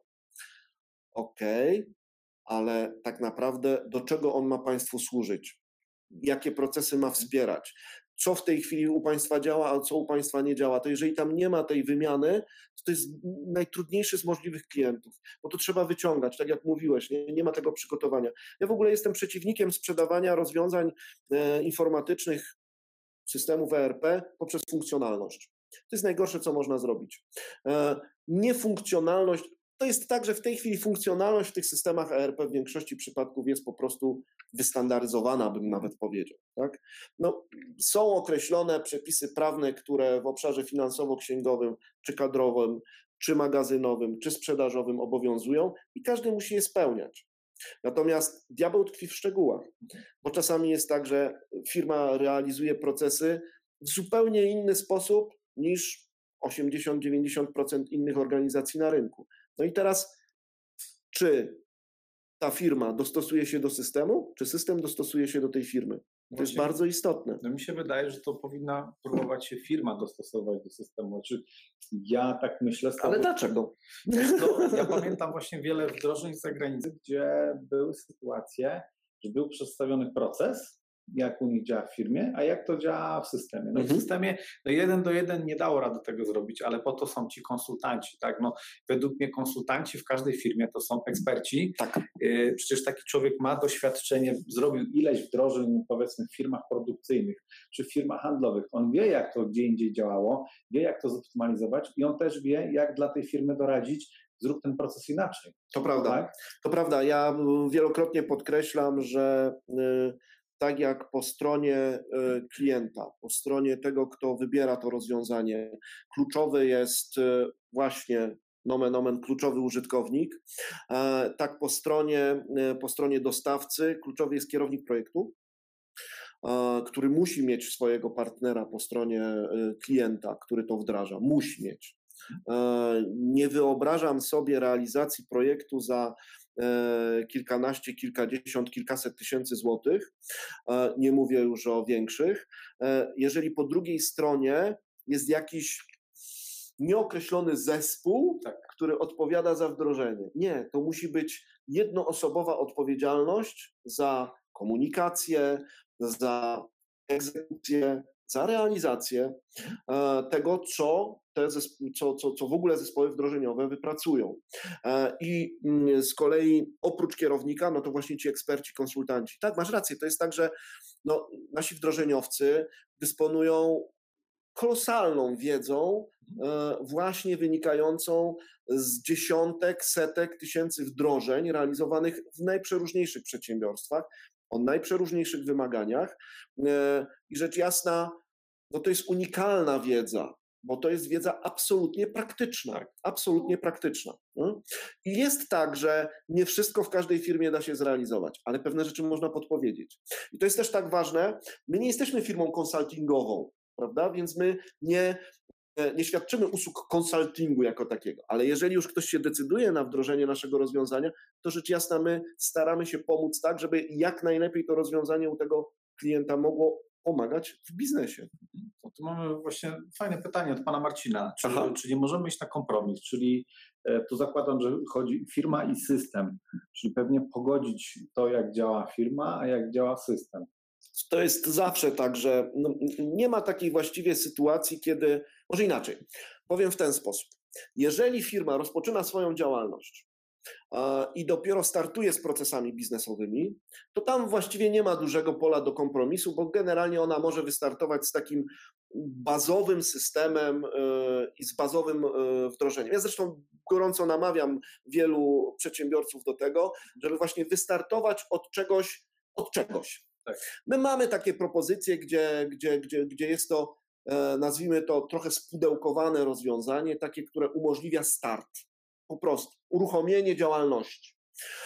Okej, okay, ale tak naprawdę do czego on ma Państwu służyć? Jakie procesy ma wspierać? Co w tej chwili u Państwa działa, a co u Państwa nie działa, to jeżeli tam nie ma tej wymiany, to to jest najtrudniejszy z możliwych klientów, bo to trzeba wyciągać, tak jak mówiłeś, nie, nie ma tego przygotowania. Ja w ogóle jestem przeciwnikiem sprzedawania rozwiązań e, informatycznych, systemów E R P poprzez funkcjonalność. To jest najgorsze, co można zrobić. E, niefunkcjonalność, to jest tak, że w tej chwili funkcjonalność w tych systemach E R P w większości przypadków jest po prostu wystandaryzowana, bym nawet powiedział. Tak? No, są określone przepisy prawne, które w obszarze finansowo-księgowym, czy kadrowym, czy magazynowym, czy sprzedażowym obowiązują i każdy musi je spełniać. Natomiast diabeł tkwi w szczegółach, bo czasami jest tak, że firma realizuje procesy w zupełnie inny sposób niż osiemdziesiąt do dziewięćdziesięciu procent innych organizacji na rynku. No i teraz, czy ta firma dostosuje się do systemu, czy system dostosuje się do tej firmy? To Właśnie, jest bardzo istotne. No mi się wydaje, że to powinna próbować się firma dostosować do systemu. Znaczy, ja tak myślę. Z Ale dlaczego? To, ja pamiętam właśnie wiele wdrożeń z zagranicy, gdzie były sytuacje, że był przedstawiony proces, jak u nich działa w firmie, a jak to działa w systemie. No mhm. w systemie no jeden do jeden nie dało rady tego zrobić, ale po to są ci konsultanci, tak? No, według mnie konsultanci w każdej firmie to są eksperci. Tak. Yy, przecież taki człowiek ma doświadczenie, zrobił ileś wdrożeń powiedzmy w firmach produkcyjnych czy w firmach handlowych. On wie, jak to gdzie indziej działało, wie, jak to zoptymalizować i on też wie, jak dla tej firmy doradzić, zrób ten proces inaczej. To prawda, tak? To prawda. Ja wielokrotnie podkreślam, że yy, tak jak po stronie klienta, po stronie tego, kto wybiera to rozwiązanie, kluczowy jest właśnie nomen omen kluczowy użytkownik, tak po stronie, po stronie dostawcy kluczowy jest kierownik projektu, który musi mieć swojego partnera po stronie klienta, który to wdraża. Musi mieć. Nie wyobrażam sobie realizacji projektu za kilkanaście, kilkadziesiąt, kilkaset tysięcy złotych. Nie mówię już o większych. Jeżeli po drugiej stronie jest jakiś nieokreślony zespół, tak, który odpowiada za wdrożenie. Nie, to musi być jednoosobowa odpowiedzialność za komunikację, za egzekucję, za realizację e, tego, co, te zespo- co, co, co w ogóle zespoły wdrożeniowe wypracują. E, I mm, z kolei oprócz kierownika, no to właśnie ci eksperci, konsultanci. Tak, masz rację, to jest tak, że no, nasi wdrożeniowcy dysponują kolosalną wiedzą, e, właśnie wynikającą z dziesiątek, setek tysięcy wdrożeń realizowanych w najprzeróżniejszych przedsiębiorstwach, o najprzeróżniejszych wymaganiach. E, I rzecz jasna, no to jest unikalna wiedza, bo to jest wiedza absolutnie praktyczna, absolutnie praktyczna. Nie? I jest tak, że nie wszystko w każdej firmie da się zrealizować, ale pewne rzeczy można podpowiedzieć. I to jest też tak ważne, my nie jesteśmy firmą konsultingową, prawda? Więc my nie, nie świadczymy usług konsultingu jako takiego, ale jeżeli już ktoś się decyduje na wdrożenie naszego rozwiązania, to rzecz jasna my staramy się pomóc tak, żeby jak najlepiej to rozwiązanie u tego klienta mogło pomagać w biznesie. To tu mamy właśnie fajne pytanie od pana Marcina. Czy, czy nie możemy iść na kompromis? Czyli e, tu zakładam, że chodzi firma i system, czyli pewnie pogodzić to, jak działa firma, a jak działa system. To jest zawsze tak, że no, nie ma takiej właściwie sytuacji, kiedy, może inaczej, powiem w ten sposób. Jeżeli firma rozpoczyna swoją działalność a, i dopiero startuje z procesami biznesowymi, to tam właściwie nie ma dużego pola do kompromisu, bo generalnie ona może wystartować z takim bazowym systemem y, i z bazowym y, wdrożeniem. Ja zresztą gorąco namawiam wielu przedsiębiorców do tego, żeby właśnie wystartować od czegoś, od czegoś. Tak. My mamy takie propozycje, gdzie, gdzie, gdzie, gdzie jest to, e, nazwijmy to, trochę spudełkowane rozwiązanie, takie, które umożliwia start, po prostu uruchomienie działalności.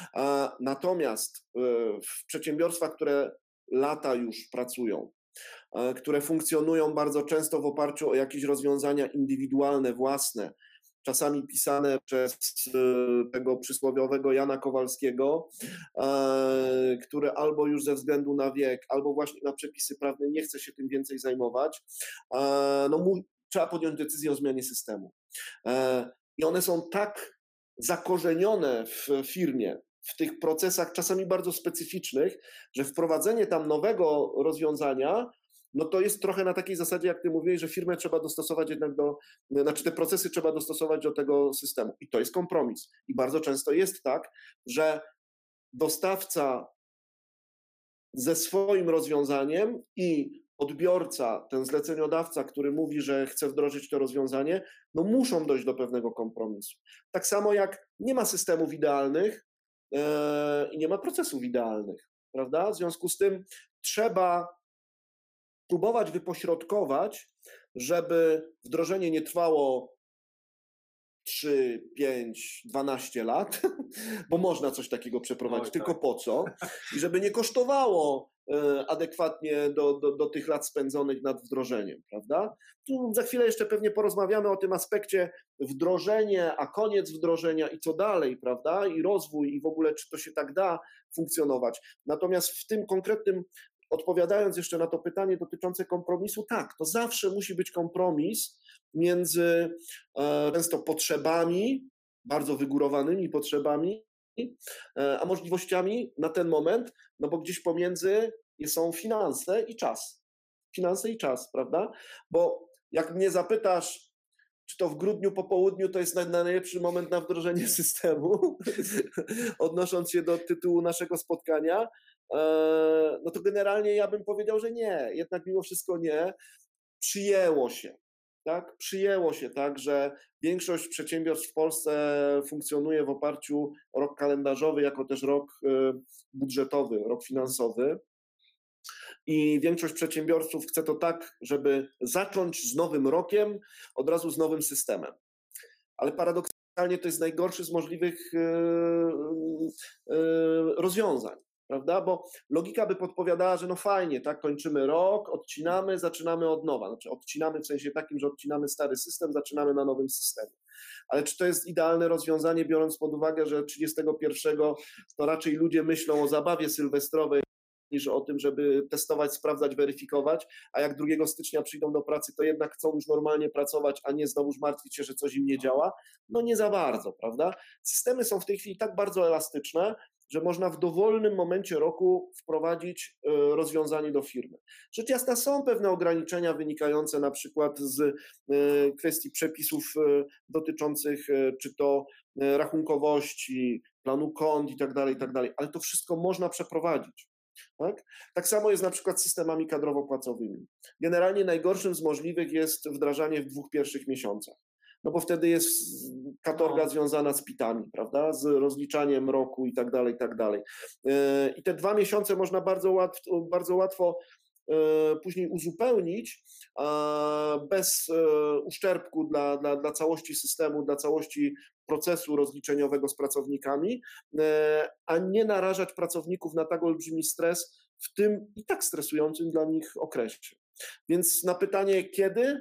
E, natomiast e, w przedsiębiorstwach, które lata już pracują, e, które funkcjonują bardzo często w oparciu o jakieś rozwiązania indywidualne, własne, czasami pisane przez tego przysłowiowego Jana Kowalskiego, który albo już ze względu na wiek, albo właśnie na przepisy prawne nie chce się tym więcej zajmować, no mu, trzeba podjąć decyzję o zmianie systemu. I one są tak zakorzenione w firmie, w tych procesach czasami bardzo specyficznych, że wprowadzenie tam nowego rozwiązania no to jest trochę na takiej zasadzie, jak ty mówiłeś, że firmę trzeba dostosować jednak do, znaczy te procesy trzeba dostosować do tego systemu. I to jest kompromis. I bardzo często jest tak, że dostawca ze swoim rozwiązaniem i odbiorca, ten zleceniodawca, który mówi, że chce wdrożyć to rozwiązanie, no muszą dojść do pewnego kompromisu. Tak samo jak nie ma systemów idealnych yy, i nie ma procesów idealnych, prawda? W związku z tym trzeba próbować wypośrodkować, żeby wdrożenie nie trwało trzy, pięć, dwanaście lat, bo można coś takiego przeprowadzić, Oj, tylko tak. po co? I żeby nie kosztowało e, adekwatnie do, do, do tych lat spędzonych nad wdrożeniem, prawda? Tu za chwilę jeszcze pewnie porozmawiamy o tym aspekcie wdrożenie, a koniec wdrożenia i co dalej, prawda? I rozwój i w ogóle czy to się tak da funkcjonować. Natomiast w tym konkretnym odpowiadając jeszcze na to pytanie dotyczące kompromisu, tak, to zawsze musi być kompromis między e, często potrzebami, bardzo wygórowanymi potrzebami, e, a możliwościami na ten moment, no bo gdzieś pomiędzy są finanse i czas. Finanse i czas, prawda? Bo jak mnie zapytasz, czy to w grudniu po południu to jest najlepszy moment na wdrożenie systemu, odnosząc się do tytułu naszego spotkania, no to generalnie ja bym powiedział, że nie, jednak mimo wszystko nie. Przyjęło się, tak? Przyjęło się tak, że większość przedsiębiorstw w Polsce funkcjonuje w oparciu o rok kalendarzowy, jako też rok budżetowy, rok finansowy. I większość przedsiębiorców chce to tak, żeby zacząć z nowym rokiem, od razu z nowym systemem. Ale paradoksalnie to jest najgorszy z możliwych rozwiązań. prawda? Bo logika by podpowiadała, że no fajnie, tak, kończymy rok, odcinamy, zaczynamy od nowa. Znaczy odcinamy w sensie takim, że odcinamy stary system, zaczynamy na nowym systemie. Ale czy to jest idealne rozwiązanie, biorąc pod uwagę, że trzydziestego pierwszego to raczej ludzie myślą o zabawie sylwestrowej niż o tym, żeby testować, sprawdzać, weryfikować, a jak drugiego stycznia przyjdą do pracy, to jednak chcą już normalnie pracować, a nie znowuż martwić się, że coś im nie działa? No nie za bardzo, prawda? Systemy są w tej chwili tak bardzo elastyczne, że można w dowolnym momencie roku wprowadzić rozwiązanie do firmy. Rzecz jasna, są pewne ograniczenia wynikające na przykład z kwestii przepisów dotyczących czy to rachunkowości, planu kont i tak dalej, i tak dalej, ale to wszystko można przeprowadzić. Tak? Tak samo jest na przykład z systemami kadrowo-płacowymi. Generalnie najgorszym z możliwych jest wdrażanie w dwóch pierwszych miesiącach. No bo wtedy jest katorga no. związana z pitami, prawda, z rozliczaniem roku i tak dalej, i tak dalej. I te dwa miesiące można bardzo łatwo, bardzo łatwo później uzupełnić bez uszczerbku dla, dla, dla całości systemu, dla całości procesu rozliczeniowego z pracownikami, a nie narażać pracowników na tak olbrzymi stres w tym i tak stresującym dla nich okresie. Więc na pytanie kiedy?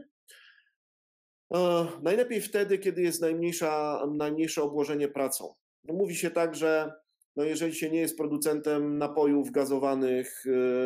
Najlepiej wtedy, kiedy jest najmniejsza, najmniejsze obłożenie pracą. No mówi się tak, że no jeżeli się nie jest producentem napojów gazowanych,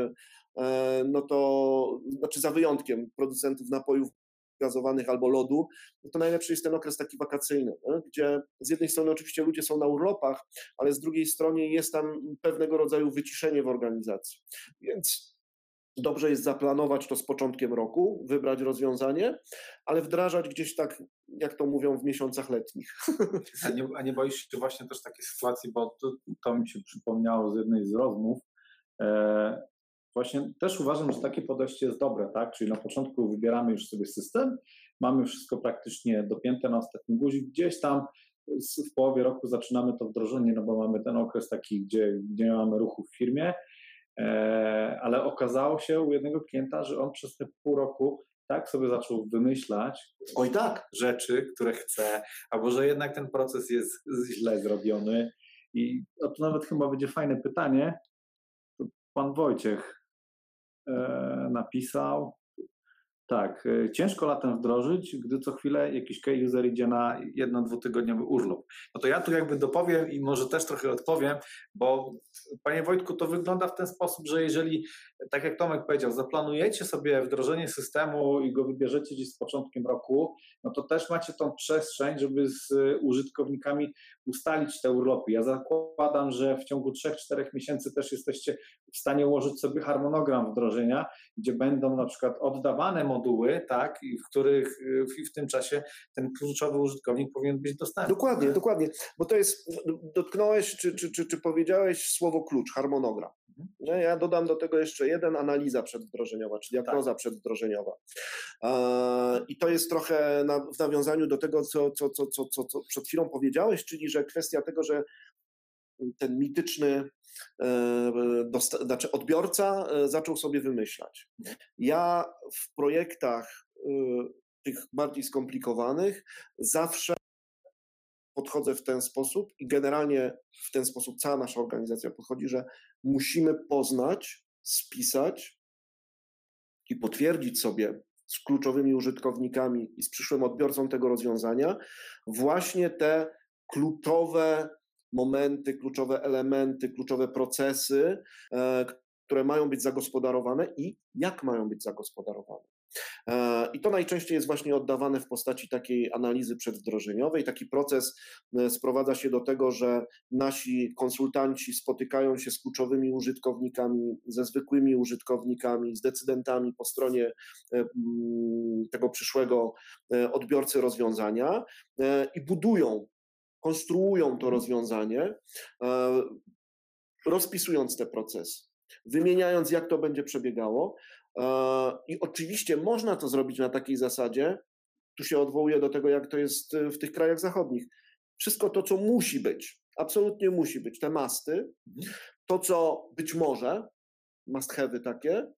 no to, znaczy za wyjątkiem producentów napojów gazowanych albo lodu, no to najlepszy jest ten okres taki wakacyjny, nie? Gdzie z jednej strony oczywiście ludzie są na urlopach, ale z drugiej strony jest tam pewnego rodzaju wyciszenie w organizacji. Więc dobrze jest zaplanować to z początkiem roku, wybrać rozwiązanie, ale wdrażać gdzieś tak, jak to mówią, w miesiącach letnich. A nie, a nie boisz się właśnie też takiej sytuacji, bo to, to mi się przypomniało z jednej z rozmów. E, właśnie też uważam, że takie podejście jest dobre, tak? Czyli na początku wybieramy już sobie system, mamy wszystko praktycznie dopięte na ostatni guzik, gdzieś tam w połowie roku zaczynamy to wdrożenie, no bo mamy ten okres taki, gdzie, gdzie nie mamy ruchu w firmie, ale okazało się u jednego klienta, że on przez te pół roku tak sobie zaczął wymyślać Oj tak. rzeczy, które chce, albo że jednak ten proces jest źle zrobiony. I no to nawet chyba będzie fajne pytanie. To pan Wojciech e, napisał, tak, ciężko latem wdrożyć, gdy co chwilę jakiś key user idzie na jedno-, dwutygodniowy urlop. No to ja tu jakby dopowiem i może też trochę odpowiem, bo panie Wojtku, to wygląda w ten sposób, że jeżeli, tak jak Tomek powiedział, zaplanujecie sobie wdrożenie systemu i go wybierzecie gdzieś z początkiem roku, no to też macie tą przestrzeń, żeby z użytkownikami ustalić te urlopy. Ja zakładam, że w ciągu trzech czterech miesięcy też jesteście w stanie ułożyć sobie harmonogram wdrożenia, gdzie będą na przykład oddawane moduły, tak, w których w, w tym czasie ten kluczowy użytkownik powinien być dostępny. Dokładnie, dokładnie, bo to jest, dotknąłeś, czy, czy, czy, czy powiedziałeś słowo klucz, harmonogram. Mhm. Ja dodam do tego jeszcze jeden, analiza przedwdrożeniowa, czy diagnoza tak. przedwdrożeniowa. I to jest trochę na, w nawiązaniu do tego, co, co, co, co, co, co przed chwilą powiedziałeś, czyli że kwestia tego, że ten mityczny dosta- znaczy odbiorca zaczął sobie wymyślać. Ja w projektach tych bardziej skomplikowanych zawsze podchodzę w ten sposób i generalnie w ten sposób cała nasza organizacja podchodzi, że musimy poznać, spisać i potwierdzić sobie z kluczowymi użytkownikami i z przyszłym odbiorcą tego rozwiązania właśnie te kluczowe momenty, kluczowe elementy, kluczowe procesy, e, które mają być zagospodarowane i jak mają być zagospodarowane. E, I to najczęściej jest właśnie oddawane w postaci takiej analizy przedwdrożeniowej. Taki proces e, sprowadza się do tego, że nasi konsultanci spotykają się z kluczowymi użytkownikami, ze zwykłymi użytkownikami, z decydentami po stronie e, m, tego przyszłego e, odbiorcy rozwiązania e, i budują konstruują to rozwiązanie, rozpisując te procesy, wymieniając, jak to będzie przebiegało. I oczywiście można to zrobić na takiej zasadzie, tu się odwołuję do tego, jak to jest w tych krajach zachodnich. Wszystko to, co musi być, absolutnie musi być, te masty, to, co być może, must have'y takie,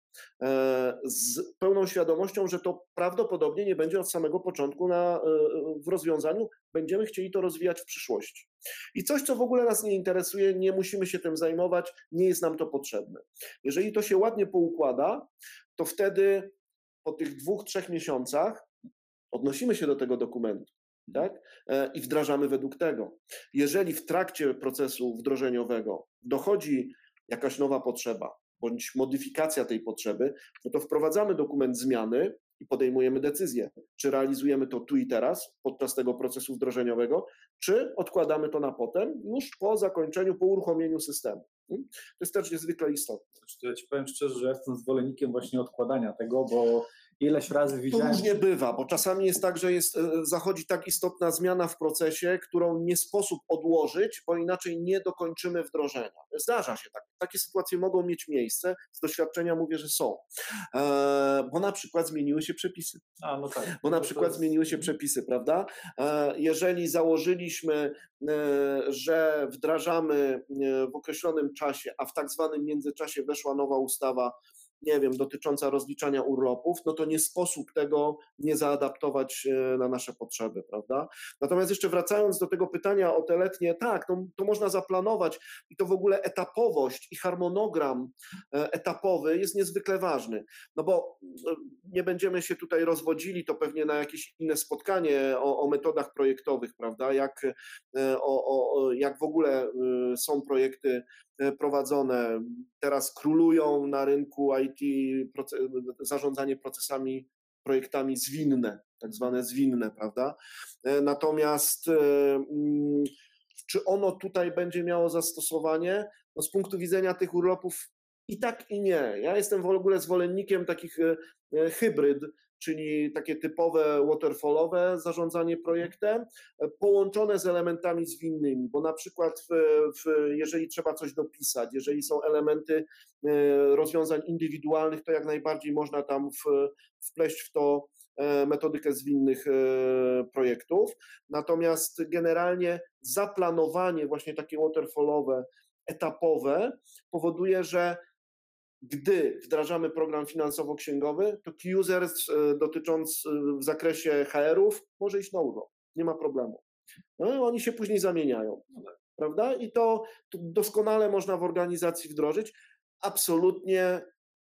z pełną świadomością, że to prawdopodobnie nie będzie od samego początku na, w rozwiązaniu, będziemy chcieli to rozwijać w przyszłości. I coś, co w ogóle nas nie interesuje, nie musimy się tym zajmować, nie jest nam to potrzebne. Jeżeli to się ładnie poukłada, to wtedy po tych dwóch, trzech miesiącach odnosimy się do tego dokumentu, tak? I wdrażamy według tego. Jeżeli w trakcie procesu wdrożeniowego dochodzi jakaś nowa potrzeba, bądź modyfikacja tej potrzeby, no to wprowadzamy dokument zmiany i podejmujemy decyzję, czy realizujemy to tu i teraz, podczas tego procesu wdrożeniowego, czy odkładamy to na potem, już po zakończeniu, po uruchomieniu systemu. To jest też niezwykle istotne. Ja ci powiem szczerze, że jestem zwolennikiem właśnie odkładania tego, bo ileś razy widziałem... To różnie bywa, bo czasami jest tak, że jest, zachodzi tak istotna zmiana w procesie, którą nie sposób odłożyć, bo inaczej nie dokończymy wdrożenia. Zdarza się tak. Takie sytuacje mogą mieć miejsce. Z doświadczenia mówię, że są. E, bo na przykład zmieniły się przepisy. A, no tak. Bo na to przykład jest... zmieniły się przepisy, prawda? E, jeżeli założyliśmy, e, że wdrażamy w określonym czasie, a w tak zwanym międzyczasie weszła nowa ustawa, nie wiem, dotycząca rozliczania urlopów, no to nie sposób tego nie zaadaptować na nasze potrzeby, prawda? Natomiast jeszcze wracając do tego pytania o te letnie, tak, to, to można zaplanować i to w ogóle etapowość i harmonogram etapowy jest niezwykle ważny, no bo nie będziemy się tutaj rozwodzili, to pewnie na jakieś inne spotkanie o, o metodach projektowych, prawda, jak, o, o, jak w ogóle są projekty prowadzone. Teraz królują na rynku I T proces, zarządzanie procesami, projektami zwinne, tak zwane zwinne, prawda? Natomiast czy ono tutaj będzie miało zastosowanie? No z punktu widzenia tych urlopów i tak i nie. Ja jestem w ogóle zwolennikiem takich hybryd, czyli takie typowe waterfallowe zarządzanie projektem, połączone z elementami zwinnymi, bo na przykład w, w, jeżeli trzeba coś dopisać, jeżeli są elementy rozwiązań indywidualnych, to jak najbardziej można tam w, wpleść w to metodykę zwinnych projektów. Natomiast generalnie zaplanowanie właśnie takie waterfallowe, etapowe powoduje, że gdy wdrażamy program finansowo-księgowy, to key user dotycząc w zakresie H R-ów może iść na urlop, nie ma problemu. No i oni się później zamieniają, prawda? I to, to doskonale można w organizacji wdrożyć. Absolutnie,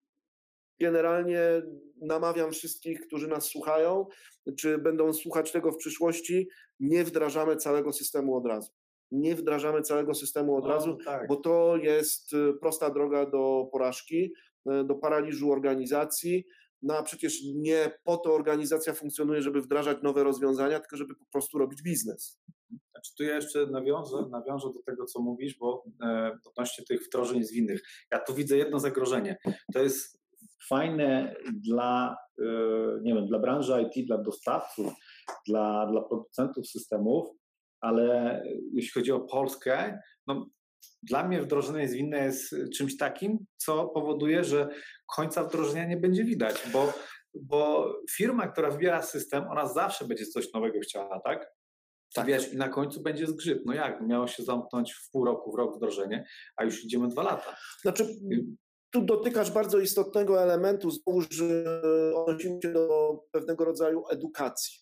generalnie namawiam wszystkich, którzy nas słuchają, czy będą słuchać tego w przyszłości, nie wdrażamy całego systemu od razu. Nie wdrażamy całego systemu od no, razu, tak. bo to jest prosta droga do porażki, do paraliżu organizacji. No a przecież nie po to organizacja funkcjonuje, żeby wdrażać nowe rozwiązania, tylko żeby po prostu robić biznes. Znaczy, tu ja jeszcze nawiążę, nawiążę do tego, co mówisz, bo e, odnośnie tych wdrożeń zwinnych. Ja tu widzę jedno zagrożenie. To jest fajne dla, e, nie wiem, dla branży I T, dla dostawców, dla, dla producentów systemów, ale jeśli chodzi o Polskę, no dla mnie wdrożenie zwinne jest czymś takim, co powoduje, że końca wdrożenia nie będzie widać, bo, bo firma, która wybiera system, ona zawsze będzie coś nowego chciała, tak? Tak. Wiesz, i na końcu będzie zgrzyt. No jak? Miało się zamknąć w pół roku, w rok wdrożenie, a już idziemy dwa lata. Znaczy, tu dotykasz bardzo istotnego elementu, znowu, że odnosimy się do pewnego rodzaju edukacji.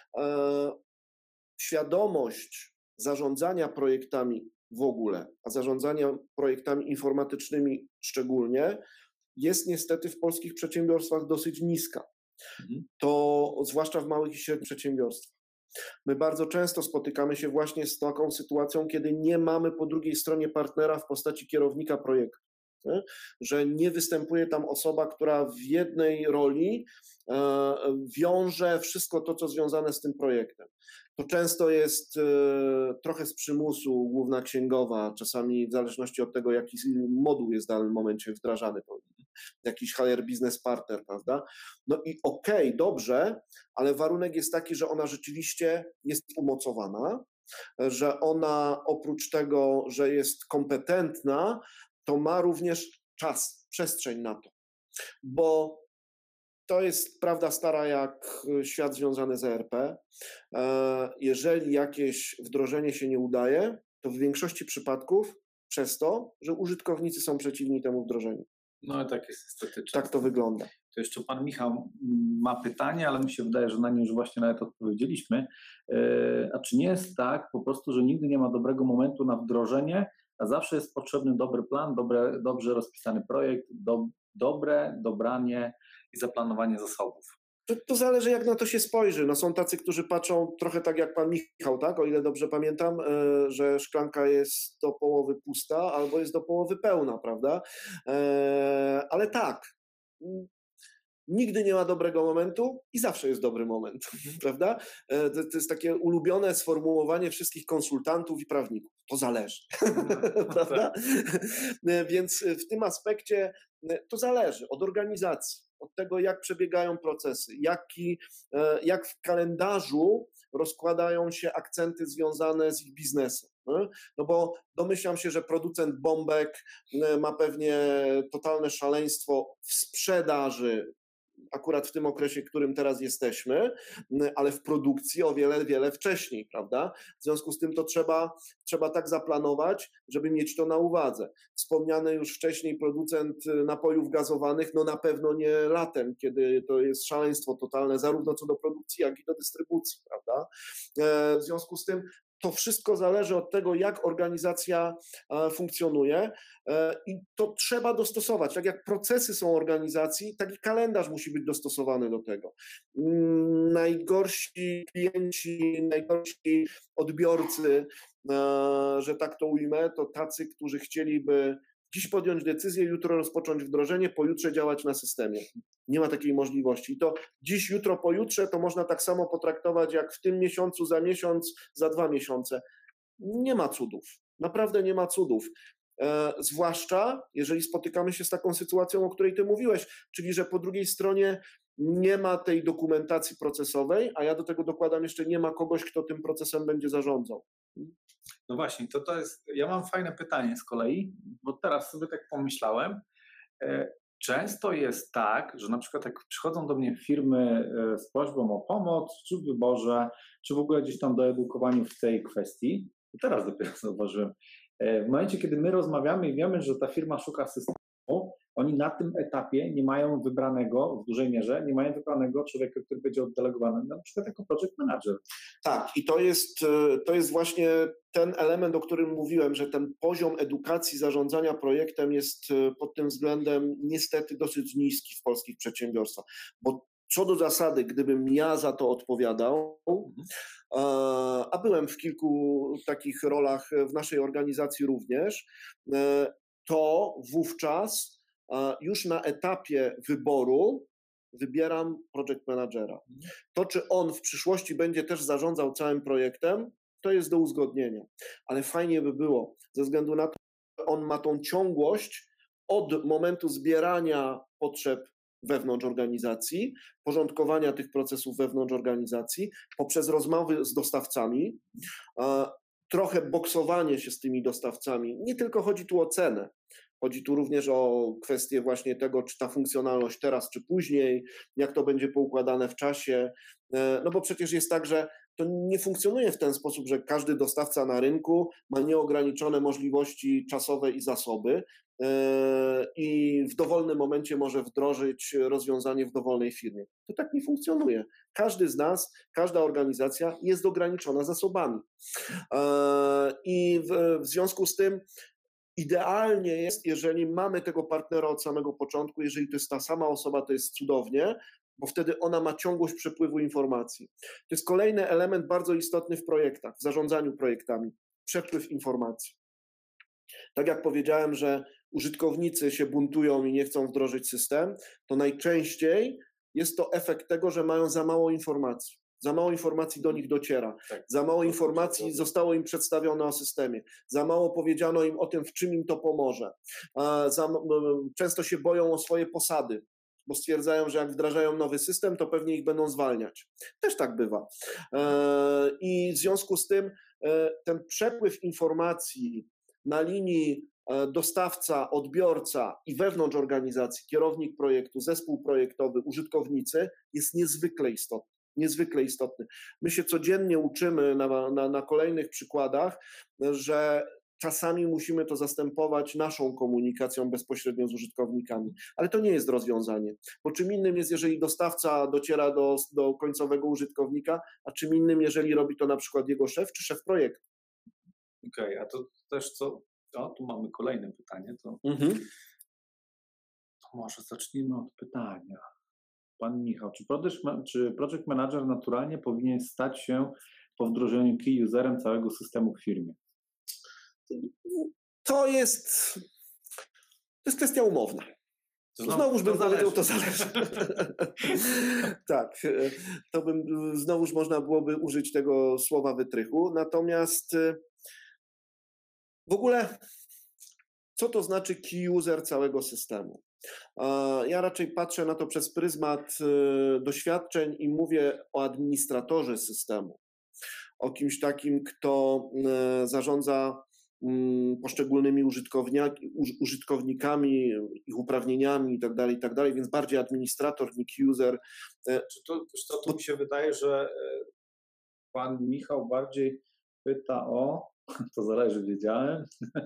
E, świadomość zarządzania projektami w ogóle, a zarządzania projektami informatycznymi szczególnie, jest niestety w polskich przedsiębiorstwach dosyć niska. Mhm. To zwłaszcza w małych i średnich przedsiębiorstwach. My bardzo często spotykamy się właśnie z taką sytuacją, kiedy nie mamy po drugiej stronie partnera w postaci kierownika projektu. Nie? Że nie występuje tam osoba, która w jednej roli e, wiąże wszystko to, co związane z tym projektem. To często jest e, trochę z przymusu główna księgowa, czasami w zależności od tego, jaki moduł jest w danym momencie wdrażany, jakiś H R business partner, prawda? No i okej, okay, dobrze, ale warunek jest taki, że ona rzeczywiście jest umocowana, że ona oprócz tego, że jest kompetentna, to ma również czas, przestrzeń na to, bo to jest prawda stara jak świat związany z E R P. Jeżeli jakieś wdrożenie się nie udaje, to w większości przypadków przez to, że użytkownicy są przeciwni temu wdrożeniu. No tak jest estetycznie. Tak to wygląda. To jeszcze pan Michał ma pytanie, ale mi się wydaje, że na nie już właśnie nawet odpowiedzieliśmy. A czy nie jest tak po prostu, że nigdy nie ma dobrego momentu na wdrożenie, a zawsze jest potrzebny dobry plan, dobre, dobrze rozpisany projekt, do, dobre dobranie i zaplanowanie zasobów? To, to zależy, jak na to się spojrzy. No, są tacy, którzy patrzą trochę tak jak pan Michał, tak? O ile dobrze pamiętam, e, że szklanka jest do połowy pusta albo jest do połowy pełna, prawda? E, ale tak, nigdy nie ma dobrego momentu i zawsze jest dobry moment, prawda? E, to, to jest takie ulubione sformułowanie wszystkich konsultantów i prawników. To zależy, prawda? E, więc w tym aspekcie to zależy od organizacji, od tego, jak przebiegają procesy, jaki, jak w kalendarzu rozkładają się akcenty związane z ich biznesem. No bo domyślam się, że producent bombek ma pewnie totalne szaleństwo w sprzedaży, akurat w tym okresie, w którym teraz jesteśmy, ale w produkcji o wiele, wiele wcześniej, prawda? W związku z tym to trzeba, trzeba tak zaplanować, żeby mieć to na uwadze. Wspomniany już wcześniej producent napojów gazowanych, no na pewno nie latem, kiedy to jest szaleństwo totalne, zarówno co do produkcji, jak i do dystrybucji, prawda? W związku z tym to wszystko zależy od tego, jak organizacja funkcjonuje i to trzeba dostosować. Tak jak procesy są organizacji, tak i kalendarz musi być dostosowany do tego. Najgorsi klienci, najgorsi odbiorcy, że tak to ujmę, to tacy, którzy chcieliby dziś podjąć decyzję, jutro rozpocząć wdrożenie, pojutrze działać na systemie. Nie ma takiej możliwości. I to dziś, jutro, pojutrze to można tak samo potraktować jak w tym miesiącu, za miesiąc, za dwa miesiące. Nie ma cudów. Naprawdę nie ma cudów. E, zwłaszcza, jeżeli spotykamy się z taką sytuacją, o której ty mówiłeś, czyli że po drugiej stronie nie ma tej dokumentacji procesowej, a ja do tego dokładam jeszcze, nie ma kogoś, kto tym procesem będzie zarządzał. No właśnie, to, to jest, ja mam fajne pytanie z kolei, bo teraz sobie tak pomyślałem, często jest tak, że na przykład jak przychodzą do mnie firmy z prośbą o pomoc, czy w wyborze, czy w ogóle gdzieś tam doedukowaniu w tej kwestii, to teraz dopiero zauważyłem, w momencie, kiedy my rozmawiamy i wiemy, że ta firma szuka systemu, oni na tym etapie nie mają wybranego, w dużej mierze, nie mają wybranego człowieka, który będzie oddelegowany na przykład jako project manager. Tak, i to jest, to jest właśnie ten element, o którym mówiłem, że ten poziom edukacji zarządzania projektem jest pod tym względem niestety dosyć niski w polskich przedsiębiorstwach, bo co do zasady, gdybym ja za to odpowiadał, a byłem w kilku takich rolach w naszej organizacji również, to wówczas już na etapie wyboru wybieram project managera. To, czy on w przyszłości będzie też zarządzał całym projektem, to jest do uzgodnienia. Ale fajnie by było, ze względu na to, że on ma tą ciągłość od momentu zbierania potrzeb wewnątrz organizacji, porządkowania tych procesów wewnątrz organizacji, poprzez rozmowy z dostawcami, trochę boksowanie się z tymi dostawcami. Nie tylko chodzi tu o cenę, chodzi tu również o kwestię właśnie tego, czy ta funkcjonalność teraz, czy później, jak to będzie poukładane w czasie, no bo przecież jest tak, że to nie funkcjonuje w ten sposób, że każdy dostawca na rynku ma nieograniczone możliwości czasowe i zasoby i w dowolnym momencie może wdrożyć rozwiązanie w dowolnej firmie. To tak nie funkcjonuje. Każdy z nas, każda organizacja jest ograniczona zasobami. I w, w związku z tym idealnie jest, jeżeli mamy tego partnera od samego początku, jeżeli to jest ta sama osoba, to jest cudownie, bo wtedy ona ma ciągłość przepływu informacji. To jest kolejny element bardzo istotny w projektach, w zarządzaniu projektami. Przepływ informacji. Tak jak powiedziałem, że użytkownicy się buntują i nie chcą wdrożyć system, to najczęściej jest to efekt tego, że mają za mało informacji. Za mało informacji do nich dociera. Tak. Za mało informacji zostało im przedstawione o systemie. Za mało powiedziano im o tym, w czym im to pomoże. Za, często się boją o swoje posady, bo stwierdzają, że jak wdrażają nowy system, to pewnie ich będą zwalniać. Też tak bywa. I w związku z tym ten przepływ informacji na linii dostawca, odbiorca i wewnątrz organizacji, kierownik projektu, zespół projektowy, użytkownicy jest niezwykle istotny. Niezwykle istotny. My się codziennie uczymy na, na, na kolejnych przykładach, że czasami musimy to zastępować naszą komunikacją bezpośrednio z użytkownikami, ale to nie jest rozwiązanie, bo czym innym jest, jeżeli dostawca dociera do, do końcowego użytkownika, a czym innym, jeżeli robi to na przykład jego szef czy szef projektu. Okej, okay, a to też co, o, tu mamy kolejne pytanie, to, Mhm. to może zacznijmy od pytania. Pan Michał, czy project, czy project manager naturalnie powinien stać się po wdrożeniu key userem całego systemu w firmie? To jest, to jest kwestia umowna. To znowu, znowuż bym to powiedział, to zależy. Tak, to bym, znowuż można byłoby użyć tego słowa wytrychu. Natomiast w ogóle, co to znaczy key user całego systemu? Ja raczej patrzę na to przez pryzmat doświadczeń i mówię o administratorze systemu, o kimś takim, kto zarządza poszczególnymi użytkownikami, ich uprawnieniami itd., itd., więc bardziej administrator niż user. Czy to, to, to mi się wydaje, że pan Michał bardziej pyta o, to zależy, wiedziałem.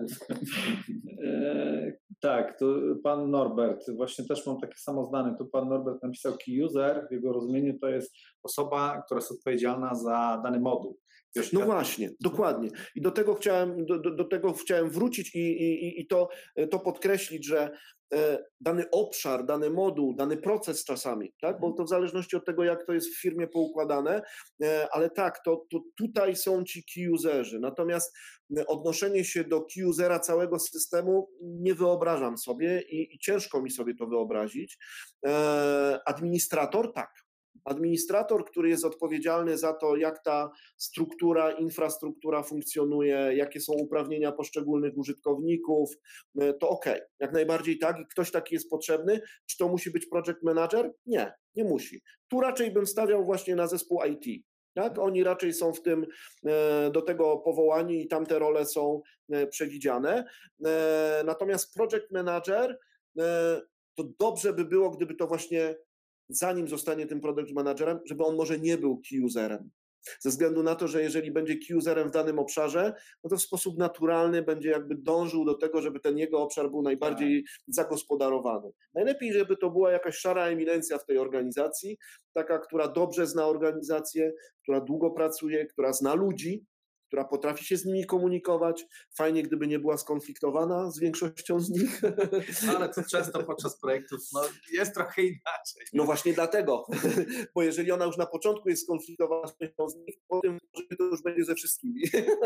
e, tak, to pan Norbert, właśnie też mam takie samo zdanie, tu pan Norbert napisał key user, w jego rozumieniu to jest osoba, która jest odpowiedzialna za dany moduł. Wiesz, no właśnie, dokładnie. I do tego chciałem, do, do, do tego chciałem wrócić i, i, i to, to podkreślić, że dany obszar, dany moduł, dany proces czasami, tak? Bo to w zależności od tego, jak to jest w firmie poukładane, ale tak, to, to tutaj są ci key userzy. Natomiast odnoszenie się do key usera całego systemu nie wyobrażam sobie i, i ciężko mi sobie to wyobrazić. Administrator tak. Administrator, który jest odpowiedzialny za to, jak ta struktura, infrastruktura funkcjonuje, jakie są uprawnienia poszczególnych użytkowników, to okej, okay. Jak najbardziej tak i ktoś taki jest potrzebny. Czy to musi być project manager? Nie, nie musi. Tu raczej bym stawiał właśnie na zespół I T. Tak? Oni raczej są w tym, do tego powołani i tamte role są przewidziane. Natomiast project manager, to dobrze by było, gdyby to właśnie zanim zostanie tym product managerem, żeby on może nie był key userem. Ze względu na to, że jeżeli będzie key userem w danym obszarze, no to w sposób naturalny będzie jakby dążył do tego, żeby ten jego obszar był najbardziej tak. zagospodarowany. Najlepiej, żeby to była jakaś szara eminencja w tej organizacji, taka, która dobrze zna organizację, która długo pracuje, która zna ludzi, która potrafi się z nimi komunikować. Fajnie, gdyby nie była skonfliktowana z większością z nich. No, ale to często podczas projektów no, jest trochę inaczej. No właśnie dlatego, bo jeżeli ona już na początku jest skonfliktowana z częścią z nich, potem to już będzie ze wszystkimi.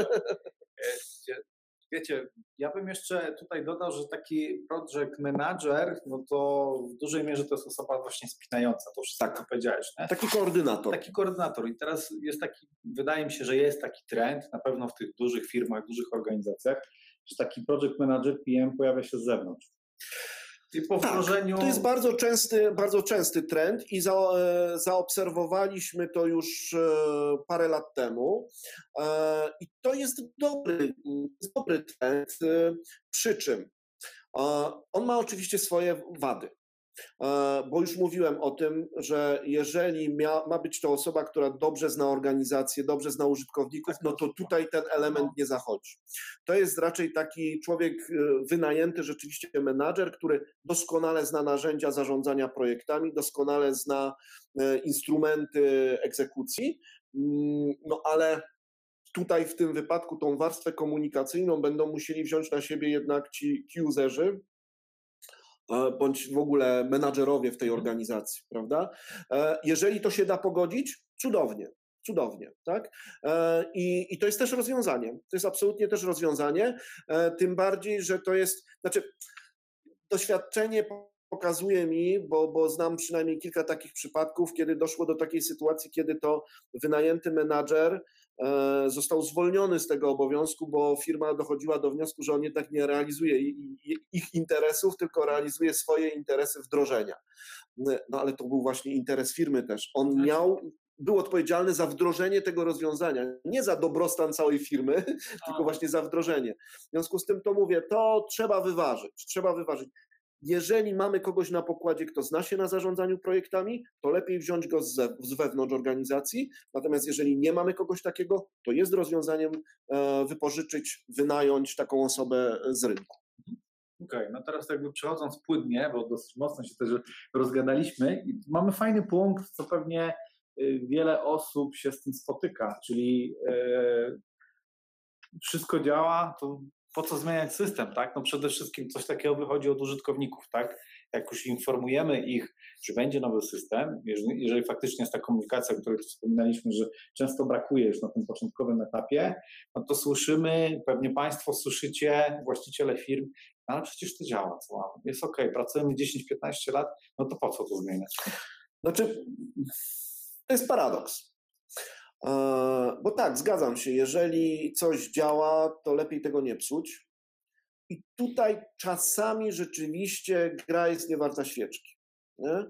Wiecie, ja bym jeszcze tutaj dodał, że taki project manager, no to w dużej mierze to jest osoba właśnie spinająca, to wszystko, tak. co powiedziałeś. Nie? Taki koordynator. Taki koordynator i teraz jest taki, wydaje mi się, że jest taki trend, na pewno w tych dużych firmach, dużych organizacjach, że taki project manager P M pojawia się z zewnątrz. I po wdrożeniu... Tak, to jest bardzo częsty, bardzo częsty trend i za, e, zaobserwowaliśmy to już e, parę lat temu e, i to jest dobry, jest dobry trend, e, przy czym e, on ma oczywiście swoje wady. Bo już mówiłem o tym, że jeżeli mia, ma być to osoba, która dobrze zna organizację, dobrze zna użytkowników, no to tutaj ten element nie zachodzi. To jest raczej taki człowiek wynajęty, rzeczywiście menadżer, który doskonale zna narzędzia zarządzania projektami, doskonale zna instrumenty egzekucji, no ale tutaj w tym wypadku tą warstwę komunikacyjną będą musieli wziąć na siebie jednak ci key userzy, bądź w ogóle menadżerowie w tej organizacji, prawda? Jeżeli to się da pogodzić, cudownie, cudownie, tak? I, i to jest też rozwiązanie, to jest absolutnie też rozwiązanie, tym bardziej, że to jest, znaczy doświadczenie pokazuje mi, bo, bo znam przynajmniej kilka takich przypadków, kiedy doszło do takiej sytuacji, kiedy to wynajęty menadżer e, został zwolniony z tego obowiązku, bo firma dochodziła do wniosku, że on jednak nie realizuje i, i, ich interesów, tylko realizuje swoje interesy wdrożenia. No ale to był właśnie interes firmy też. On miał... był odpowiedzialny za wdrożenie tego rozwiązania, nie za dobrostan całej firmy, tylko właśnie za wdrożenie. W związku z tym to mówię, to trzeba wyważyć, trzeba wyważyć. jeżeli mamy kogoś na pokładzie, kto zna się na zarządzaniu projektami, to lepiej wziąć go z, ze, z wewnątrz organizacji, natomiast jeżeli nie mamy kogoś takiego, to jest rozwiązaniem e, wypożyczyć, wynająć taką osobę z rynku. Okej, okay, no teraz jakby przechodząc płynnie, bo dosyć mocno się też rozgadaliśmy, mamy fajny punkt, co pewnie wiele osób się z tym spotyka, czyli yy, wszystko działa, to po co zmieniać system, tak? No przede wszystkim coś takiego wychodzi od użytkowników, tak? Jak już informujemy ich, że będzie nowy system, jeżeli, jeżeli faktycznie jest ta komunikacja, o której tu wspominaliśmy, że często brakuje już na tym początkowym etapie, no to słyszymy, pewnie Państwo słyszycie, właściciele firm, no ale przecież to działa, co mamy, jest okej, okay, pracujemy dziesięć piętnaście lat, no to po co to zmieniać? Znaczy, to jest paradoks. Bo tak, zgadzam się, jeżeli coś działa, to lepiej tego nie psuć. I tutaj czasami rzeczywiście gra jest niewarta świeczki. Nie?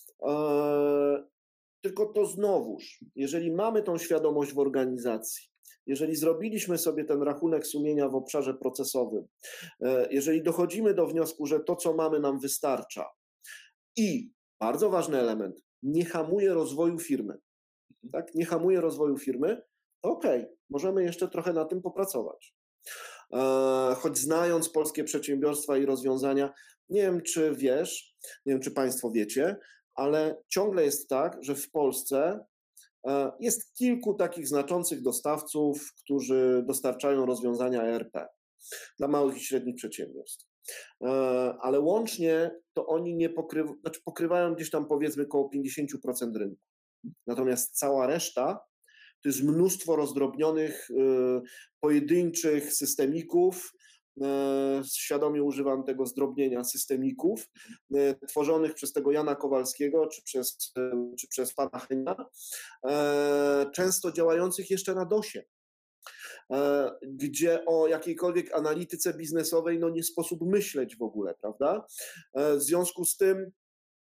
Tylko to znowuż, jeżeli mamy tą świadomość w organizacji, jeżeli zrobiliśmy sobie ten rachunek sumienia w obszarze procesowym, jeżeli dochodzimy do wniosku, że to, co mamy, nam wystarcza i bardzo ważny element, nie hamuje rozwoju firmy, tak? Nie hamuje rozwoju firmy, to okej, okay, możemy jeszcze trochę na tym popracować. Choć znając polskie przedsiębiorstwa i rozwiązania, nie wiem, czy wiesz, nie wiem, czy Państwo wiecie, ale ciągle jest tak, że w Polsce jest kilku takich znaczących dostawców, którzy dostarczają rozwiązania E R P dla małych i średnich przedsiębiorstw. Ale łącznie to oni nie pokrywają, znaczy pokrywają gdzieś tam powiedzmy około pięćdziesiąt procent rynku. Natomiast cała reszta to jest mnóstwo rozdrobnionych, pojedynczych systemików, świadomie używam tego zdrobnienia systemików, tworzonych przez tego Jana Kowalskiego czy przez, czy przez pana Henia, często działających jeszcze na dosie, gdzie o jakiejkolwiek analityce biznesowej no nie sposób myśleć w ogóle, prawda? W związku z tym,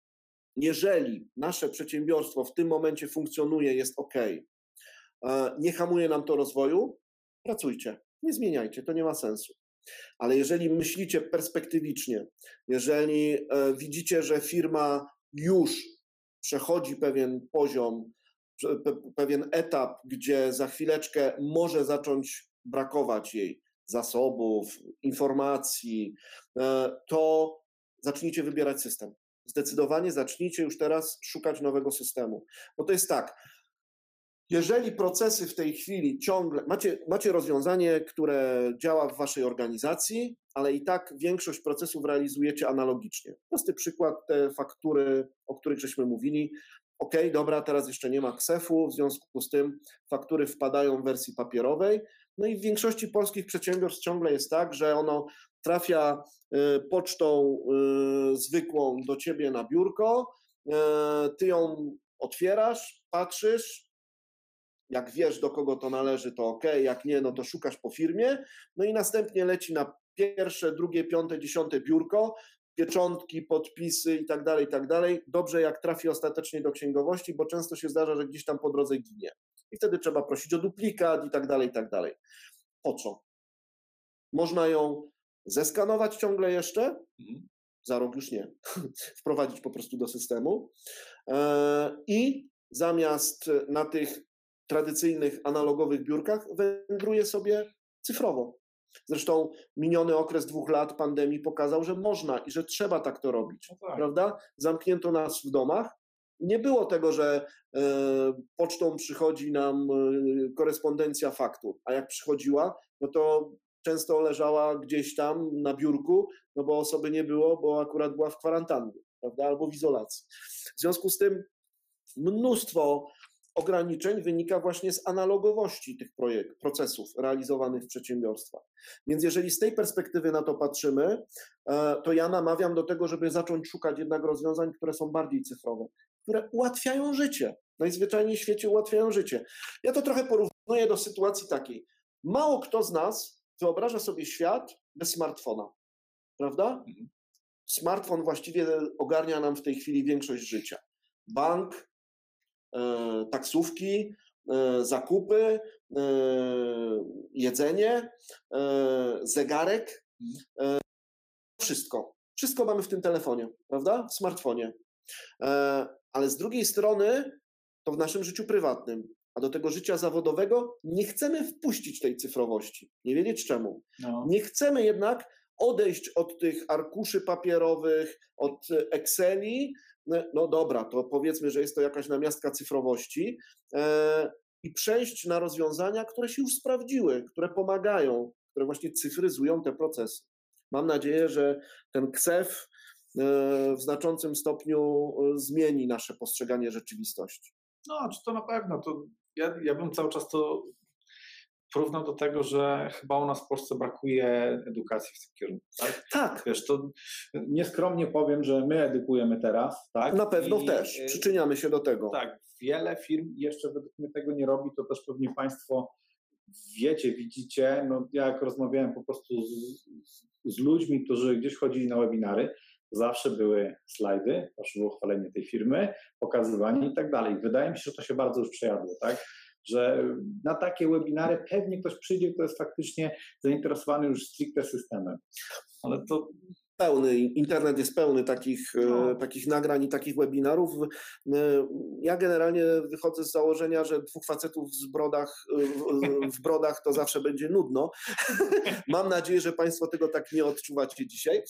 jeżeli nasze przedsiębiorstwo w tym momencie funkcjonuje, jest ok, nie hamuje nam to rozwoju, pracujcie, nie zmieniajcie, to nie ma sensu. Ale jeżeli myślicie perspektywicznie, jeżeli widzicie, że firma już przechodzi pewien poziom, pewien etap, gdzie za chwileczkę może zacząć brakować jej zasobów, informacji, to zacznijcie wybierać system. Zdecydowanie zacznijcie już teraz szukać nowego systemu. Bo to jest tak, jeżeli procesy w tej chwili ciągle, macie, macie rozwiązanie, które działa w waszej organizacji, ale i tak większość procesów realizujecie analogicznie. Prosty przykład, te faktury, o których żeśmy mówili. Ok, dobra, teraz jeszcze nie ma ksefu, w związku z tym faktury wpadają w wersji papierowej. No i w większości polskich przedsiębiorstw ciągle jest tak, że ono trafia pocztą zwykłą do ciebie na biurko, ty ją otwierasz, patrzysz, jak wiesz, do kogo to należy, to ok, jak nie, no to szukasz po firmie, no i następnie leci na pierwsze, drugie, piąte, dziesiąte biurko, pieczątki, podpisy i tak dalej, i tak dalej. Dobrze, jak trafi ostatecznie do księgowości, bo często się zdarza, że gdzieś tam po drodze ginie. I wtedy trzeba prosić o duplikat i tak dalej, i tak dalej. Po co? Można ją zeskanować ciągle jeszcze, mhm. Za rok już nie, wprowadzić po prostu do systemu i zamiast na tych tradycyjnych, analogowych biurkach wędruje sobie cyfrowo. Zresztą miniony okres dwóch lat pandemii pokazał, że można i że trzeba tak to robić, no tak. Prawda? Zamknięto nas w domach. Nie było tego, że e, pocztą przychodzi nam e, korespondencja faktur, a jak przychodziła, no to często leżała gdzieś tam na biurku, no bo osoby nie było, bo akurat była w kwarantannie, prawda? Albo w izolacji. W związku z tym mnóstwo ograniczeń wynika właśnie z analogowości tych projekt, procesów realizowanych w przedsiębiorstwach. Więc jeżeli z tej perspektywy na to patrzymy, to ja namawiam do tego, żeby zacząć szukać jednak rozwiązań, które są bardziej cyfrowe, które ułatwiają życie. Najzwyczajniej w świecie ułatwiają życie. Ja to trochę porównuję do sytuacji takiej. Mało kto z nas wyobraża sobie świat bez smartfona, prawda? Smartfon właściwie ogarnia nam w tej chwili większość życia. Bank, e, taksówki, e, zakupy, e, jedzenie, e, zegarek, e, wszystko. Wszystko mamy w tym telefonie, prawda? W smartfonie. Ale z drugiej strony to w naszym życiu prywatnym, a do tego życia zawodowego nie chcemy wpuścić tej cyfrowości. Nie wiedzieć czemu. No. Nie chcemy jednak odejść od tych arkuszy papierowych, od Exceli. No dobra, to powiedzmy, że jest to jakaś namiastka cyfrowości e, i przejść na rozwiązania, które się już sprawdziły, które pomagają, które właśnie cyfryzują te procesy. Mam nadzieję, że ten KSEF w znaczącym stopniu zmieni nasze postrzeganie rzeczywistości. No, czy to na pewno. To ja, ja bym cały czas to porównał do tego, że chyba u nas w Polsce brakuje edukacji w tym kierunku. Tak. tak. Wiesz, to nieskromnie powiem, że my edukujemy teraz. Tak? Na pewno I, też. Przyczyniamy się do tego. Tak. Wiele firm jeszcze według mnie tego nie robi. To też pewnie Państwo wiecie, widzicie. No, jak rozmawiałem po prostu z, z ludźmi, którzy gdzieś chodzili na webinary, zawsze były slajdy, było chwalenie tej firmy, pokazywanie i tak dalej. Wydaje mi się, że to się bardzo już przejadło, tak? Że na takie webinary pewnie ktoś przyjdzie, kto jest faktycznie zainteresowany już stricte systemem. Ale to... Pełny, internet jest pełny takich, no. takich nagrań i takich webinarów. Ja generalnie wychodzę z założenia, że dwóch facetów w brodach, w brodach to zawsze będzie nudno. Mam nadzieję, że Państwo tego tak nie odczuwacie dzisiaj.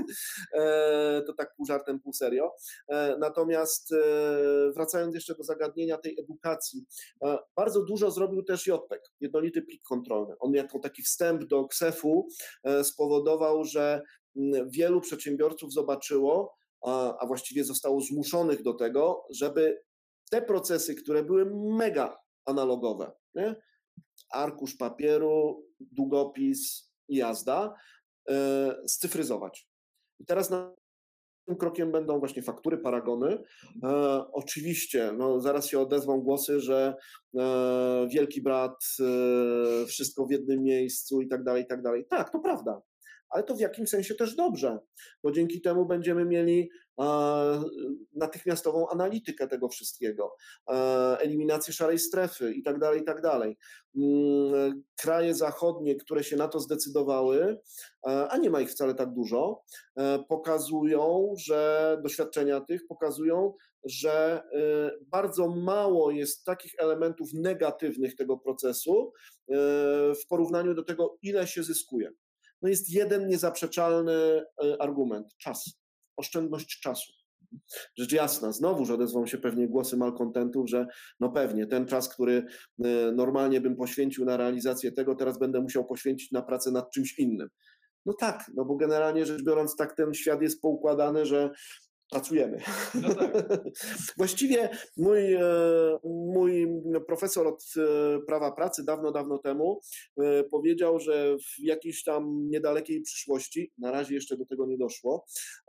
To tak pół żartem, pół serio. Natomiast wracając jeszcze do zagadnienia tej edukacji, bardzo dużo zrobił też J P E K, jednolity plik kontrolny. On jako taki wstęp do KSEF-u spowodował, że wielu przedsiębiorców zobaczyło, a, a właściwie zostało zmuszonych do tego, żeby te procesy, które były mega analogowe, nie? Arkusz papieru, długopis i jazda, e, scyfryzować. I teraz na tym krokiem będą właśnie faktury, paragony. E, oczywiście, no, zaraz się odezwą głosy, że e, wielki brat, e, wszystko w jednym miejscu i tak dalej, i tak dalej. Tak, to prawda. Ale to w jakimś sensie też dobrze, bo dzięki temu będziemy mieli e, natychmiastową analitykę tego wszystkiego, e, eliminację szarej strefy i tak dalej, i tak dalej. Mm, kraje zachodnie, które się na to zdecydowały, e, a nie ma ich wcale tak dużo, e, pokazują, że doświadczenia tych pokazują, że e, bardzo mało jest takich elementów negatywnych tego procesu e, w porównaniu do tego, ile się zyskuje. No jest jeden niezaprzeczalny argument. Czas. Oszczędność czasu. Rzecz jasna, znowuż odezwą się pewnie głosy malkontentów, że no pewnie ten czas, który normalnie bym poświęcił na realizację tego, teraz będę musiał poświęcić na pracę nad czymś innym. No tak, no bo generalnie rzecz biorąc tak ten świat jest poukładany, że pracujemy. No tak. Właściwie mój, mój profesor od prawa pracy dawno, dawno temu powiedział, że w jakiejś tam niedalekiej przyszłości, na razie jeszcze do tego nie doszło,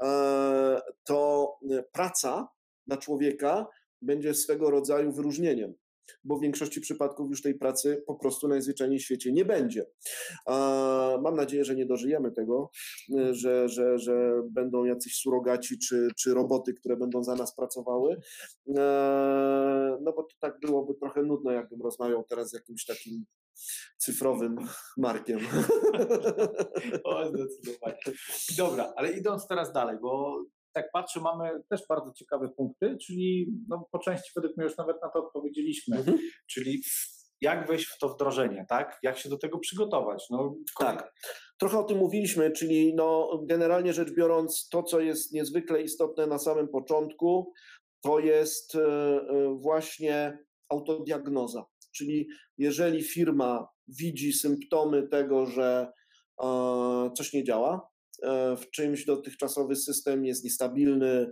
to praca dla człowieka będzie swego rodzaju wyróżnieniem, bo w większości przypadków już tej pracy po prostu najzwyczajniej w świecie nie będzie. Mam nadzieję, że nie dożyjemy tego, że, że, że będą jacyś surogaci czy, czy roboty, które będą za nas pracowały, no bo to tak byłoby trochę nudno, jakbym rozmawiał teraz z jakimś takim cyfrowym Markiem. O, zdecydowanie. Dobra, ale idąc teraz dalej, bo tak patrzę, mamy też bardzo ciekawe punkty, czyli no, po części według mnie już nawet na to odpowiedzieliśmy, mhm. czyli jak wejść w to wdrożenie, tak? Jak się do tego przygotować? No, tak, trochę o tym mówiliśmy, czyli no, generalnie rzecz biorąc to, co jest niezwykle istotne na samym początku, to jest właśnie autodiagnoza, czyli jeżeli firma widzi symptomy tego, że coś nie działa, w czymś dotychczasowy system jest niestabilny,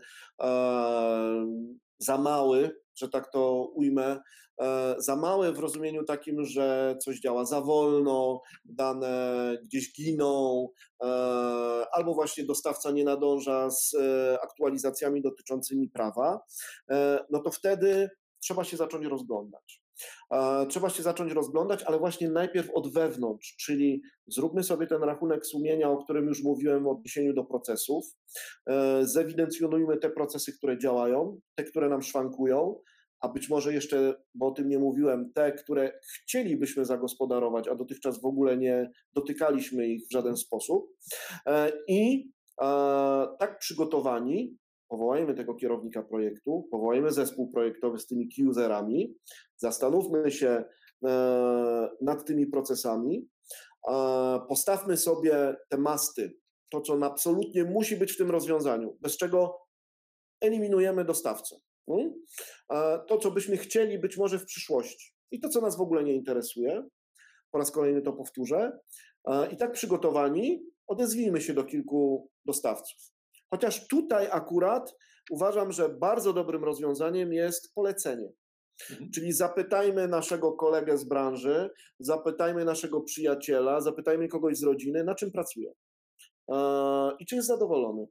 za mały, że tak to ujmę, za mały w rozumieniu takim, że coś działa za wolno, dane gdzieś giną, albo właśnie dostawca nie nadąża z aktualizacjami dotyczącymi prawa, no to wtedy trzeba się zacząć rozglądać. Trzeba się zacząć rozglądać, ale właśnie najpierw od wewnątrz, czyli zróbmy sobie ten rachunek sumienia, o którym już mówiłem w odniesieniu do procesów, zewidencjonujmy te procesy, które działają, te, które nam szwankują, a być może jeszcze, bo o tym nie mówiłem, te, które chcielibyśmy zagospodarować, a dotychczas w ogóle nie dotykaliśmy ich w żaden sposób. I tak tak przygotowani, powołajmy tego kierownika projektu, powołajmy zespół projektowy z tymi key userami, zastanówmy się nad tymi procesami, postawmy sobie te masty, to co absolutnie musi być w tym rozwiązaniu, bez czego eliminujemy dostawcę. To, co byśmy chcieli być może w przyszłości i to, co nas w ogóle nie interesuje, po raz kolejny to powtórzę, i tak przygotowani odezwijmy się do kilku dostawców. Chociaż tutaj akurat uważam, że bardzo dobrym rozwiązaniem jest polecenie. Mhm. Czyli zapytajmy naszego kolegę z branży, zapytajmy naszego przyjaciela, zapytajmy kogoś z rodziny, na czym pracuje i czy jest zadowolony.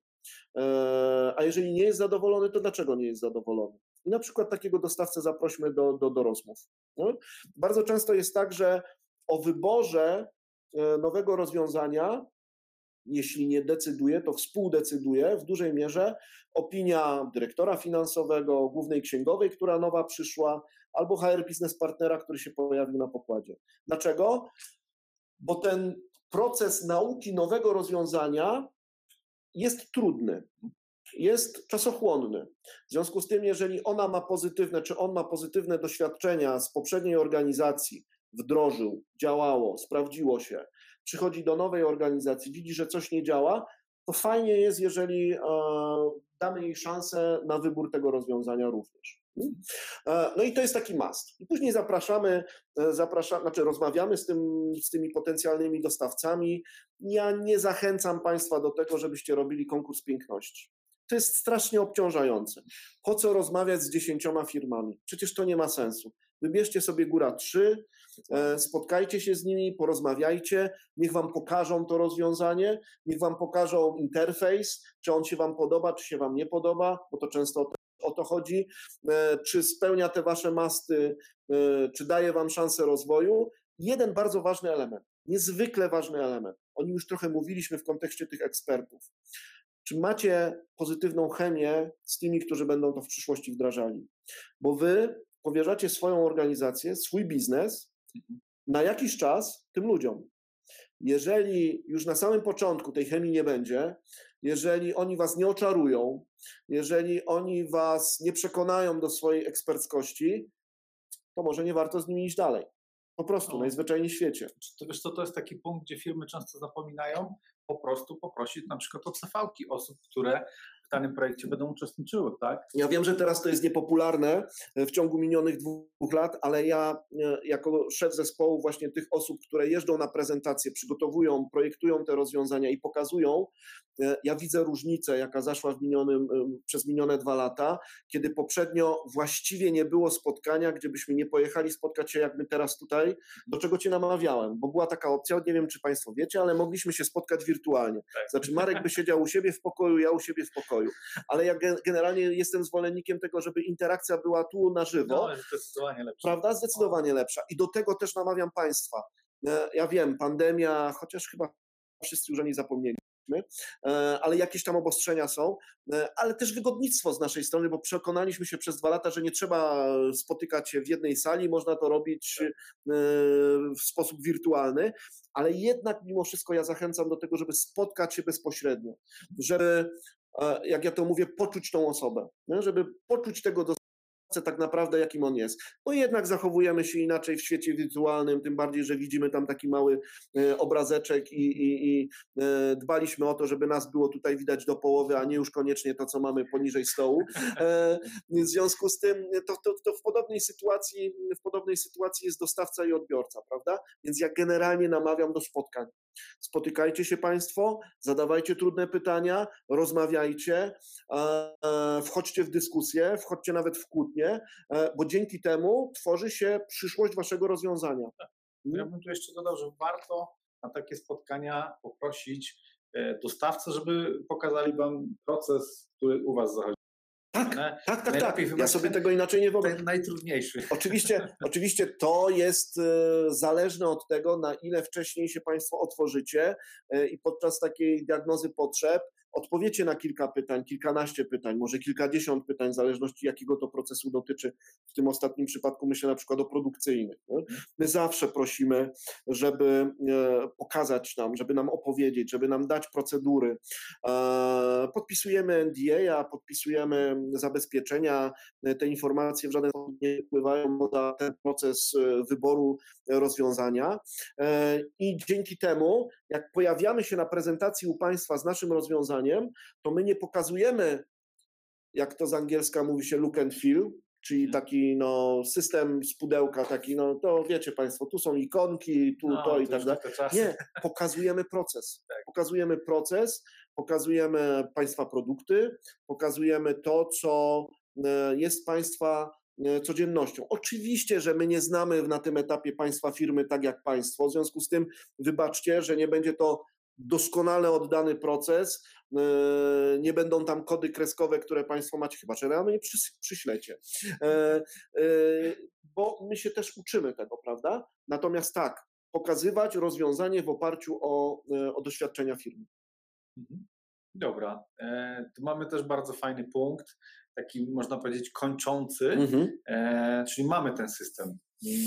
A jeżeli nie jest zadowolony, to dlaczego nie jest zadowolony? I na przykład takiego dostawcę zaprośmy do, do, do rozmów. No? Bardzo często jest tak, że o wyborze nowego rozwiązania, jeśli nie decyduje, to współdecyduje w dużej mierze opinia dyrektora finansowego, głównej księgowej, która nowa przyszła, albo H R biznes partnera, który się pojawił na pokładzie. Dlaczego? Bo ten proces nauki nowego rozwiązania jest trudny, jest czasochłonny. W związku z tym, jeżeli ona ma pozytywne, czy on ma pozytywne doświadczenia z poprzedniej organizacji, wdrożył, działało, sprawdziło się, przychodzi do nowej organizacji, widzi, że coś nie działa, to fajnie jest, jeżeli e, damy jej szansę na wybór tego rozwiązania również. E, no i to jest taki must. I później zapraszamy, e, zapraszamy, znaczy rozmawiamy z, tym, z tymi potencjalnymi dostawcami. Ja nie zachęcam Państwa do tego, żebyście robili konkurs piękności. To jest strasznie obciążające. Po co rozmawiać z dziesięcioma firmami? Przecież to nie ma sensu. Wybierzcie sobie góra trzy, spotkajcie się z nimi, porozmawiajcie, niech wam pokażą to rozwiązanie, niech wam pokażą interfejs, czy on się wam podoba, czy się wam nie podoba, bo to często o to, o to chodzi, czy spełnia te wasze masty, czy daje wam szansę rozwoju. Jeden bardzo ważny element, niezwykle ważny element, o nim już trochę mówiliśmy w kontekście tych ekspertów. Czy macie pozytywną chemię z tymi, którzy będą to w przyszłości wdrażali? Bo wy powierzacie swoją organizację, swój biznes na jakiś czas tym ludziom. Jeżeli już na samym początku tej chemii nie będzie, jeżeli oni was nie oczarują, jeżeli oni was nie przekonają do swojej eksperckości, to może nie warto z nimi iść dalej. Po prostu, no, najzwyczajniej w świecie. To wiesz co, to jest taki punkt, gdzie firmy często zapominają po prostu poprosić na przykład o C V-ki osób, które w danym projekcie będą uczestniczyły, tak? Ja wiem, że teraz to jest niepopularne w ciągu minionych dwóch lat, ale ja jako szef zespołu właśnie tych osób, które jeżdżą na prezentacje, przygotowują, projektują te rozwiązania i pokazują, ja widzę różnicę, jaka zaszła w minionym, przez minione dwa lata, kiedy poprzednio właściwie nie było spotkania, gdzie byśmy nie pojechali spotkać się jak my teraz tutaj, do czego cię namawiałem, bo była taka opcja, nie wiem czy Państwo wiecie, ale mogliśmy się spotkać wirtualnie. Znaczy Marek by siedział u siebie w pokoju, ja u siebie w pokoju, ale ja generalnie jestem zwolennikiem tego, żeby interakcja była tu na żywo. No, zdecydowanie lepsza. Prawda? Zdecydowanie lepsza. I do tego też namawiam Państwa. Ja wiem, pandemia, chociaż chyba wszyscy już o niej zapomnieli, ale jakieś tam obostrzenia są, ale też wygodnictwo z naszej strony, bo przekonaliśmy się przez dwa lata, że nie trzeba spotykać się w jednej sali, można to robić w sposób wirtualny, ale jednak mimo wszystko ja zachęcam do tego, żeby spotkać się bezpośrednio, żeby, jak ja to mówię, poczuć tą osobę, żeby poczuć tego dostępu tak naprawdę, jakim on jest. Bo jednak zachowujemy się inaczej w świecie wirtualnym, tym bardziej, że widzimy tam taki mały e, obrazeczek i, i, i e, dbaliśmy o to, żeby nas było tutaj widać do połowy, a nie już koniecznie to, co mamy poniżej stołu. E, w związku z tym to, to, to w podobnej sytuacji, w podobnej sytuacji jest dostawca i odbiorca, prawda? Więc ja generalnie namawiam do spotkań. Spotykajcie się Państwo, zadawajcie trudne pytania, rozmawiajcie, wchodźcie w dyskusję, wchodźcie nawet w kłótnię, bo dzięki temu tworzy się przyszłość waszego rozwiązania. Ja bym tu jeszcze dodał, że warto na takie spotkania poprosić dostawcę, żeby pokazali wam proces, który u was zachodzi. Tak, tak, tak, tak. Ja sobie tego inaczej nie wyobrażam. Ten najtrudniejszy. Oczywiście, oczywiście to jest zależne od tego, na ile wcześniej się Państwo otworzycie i podczas takiej diagnozy potrzeb odpowiecie na kilka pytań, kilkanaście pytań, może kilkadziesiąt pytań, w zależności jakiego to procesu dotyczy. W tym ostatnim przypadku myślę na przykład o produkcyjnych. Nie? My zawsze prosimy, żeby pokazać nam, żeby nam opowiedzieć, żeby nam dać procedury. Podpisujemy N D A, podpisujemy zabezpieczenia, te informacje w żaden sposób nie wpływają na ten proces wyboru rozwiązania i dzięki temu, jak pojawiamy się na prezentacji u Państwa z naszym rozwiązaniem, to my nie pokazujemy, jak to z angielska mówi się look and feel, czyli taki no, system z pudełka, taki, no to wiecie Państwo, tu są ikonki, tu no, to, to i to tak dalej. Nie, pokazujemy proces. Tak. Pokazujemy proces, pokazujemy Państwa produkty, pokazujemy to, co jest Państwa codziennością. Oczywiście, że my nie znamy na tym etapie Państwa firmy tak jak Państwo, w związku z tym wybaczcie, że nie będzie to doskonale oddany proces, nie będą tam kody kreskowe, które Państwo macie, chyba że rano je przyślecie, bo my się też uczymy tego, prawda? Natomiast tak, pokazywać rozwiązanie w oparciu o, o doświadczenia firmy. Dobra, tu mamy też bardzo fajny punkt, taki można powiedzieć kończący, mhm. e, czyli mamy ten system.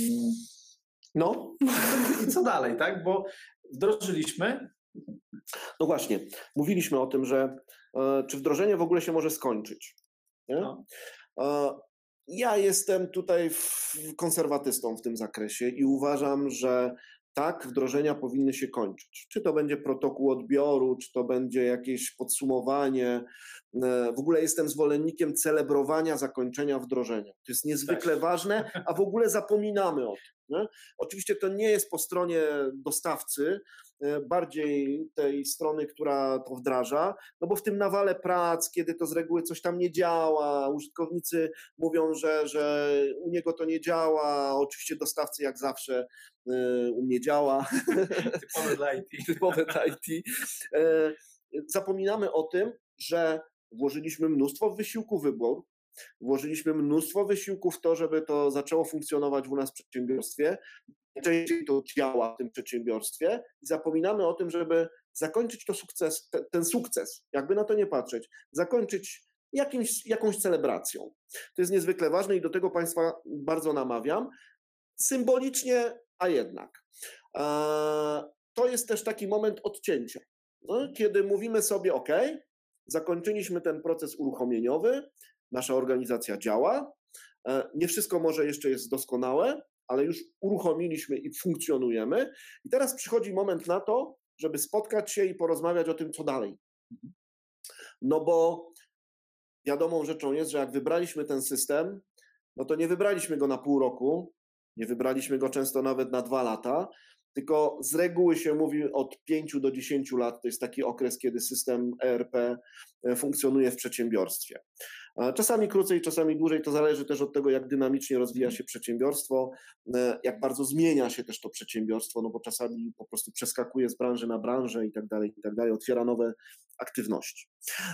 No. I co dalej, tak? Bo wdrożyliśmy. No właśnie, mówiliśmy o tym, że e, czy wdrożenie w ogóle się może skończyć. Nie? No. E, ja jestem tutaj w, konserwatystą w tym zakresie i uważam, że tak, wdrożenia powinny się kończyć. Czy to będzie protokół odbioru, czy to będzie jakieś podsumowanie. W ogóle jestem zwolennikiem celebrowania zakończenia wdrożenia. To jest niezwykle tak. ważne, a w ogóle zapominamy o tym. Nie? Oczywiście to nie jest po stronie dostawcy, bardziej tej strony, która to wdraża, no bo w tym nawale prac, kiedy to z reguły coś tam nie działa, użytkownicy mówią, że, że u niego to nie działa, oczywiście dostawcy jak zawsze u mnie działa. Typowe dla I T. Typowe dla I T. Zapominamy o tym, że włożyliśmy mnóstwo wysiłku w wybór, włożyliśmy mnóstwo wysiłku w to, żeby to zaczęło funkcjonować u nas w przedsiębiorstwie. Najczęściej to działa w tym przedsiębiorstwie i zapominamy o tym, żeby zakończyć to sukces, te, ten sukces, jakby na to nie patrzeć, zakończyć jakimś, jakąś celebracją. To jest niezwykle ważne i do tego Państwa bardzo namawiam. Symbolicznie, a jednak. Eee, to jest też taki moment odcięcia, no, kiedy mówimy sobie, ok, zakończyliśmy ten proces uruchomieniowy, nasza organizacja działa, e, nie wszystko może jeszcze jest doskonałe, ale już uruchomiliśmy i funkcjonujemy i teraz przychodzi moment na to, żeby spotkać się i porozmawiać o tym, co dalej. No bo wiadomą rzeczą jest, że jak wybraliśmy ten system, no to nie wybraliśmy go na pół roku, nie wybraliśmy go często nawet na dwa lata, tylko z reguły się mówi od pięciu do dziesięciu lat, to jest taki okres, kiedy system E R P funkcjonuje w przedsiębiorstwie. Czasami krócej, czasami dłużej, to zależy też od tego, jak dynamicznie rozwija się przedsiębiorstwo, jak bardzo zmienia się też to przedsiębiorstwo, no bo czasami po prostu przeskakuje z branży na branżę i tak dalej, i tak dalej, otwiera nowe aktywności.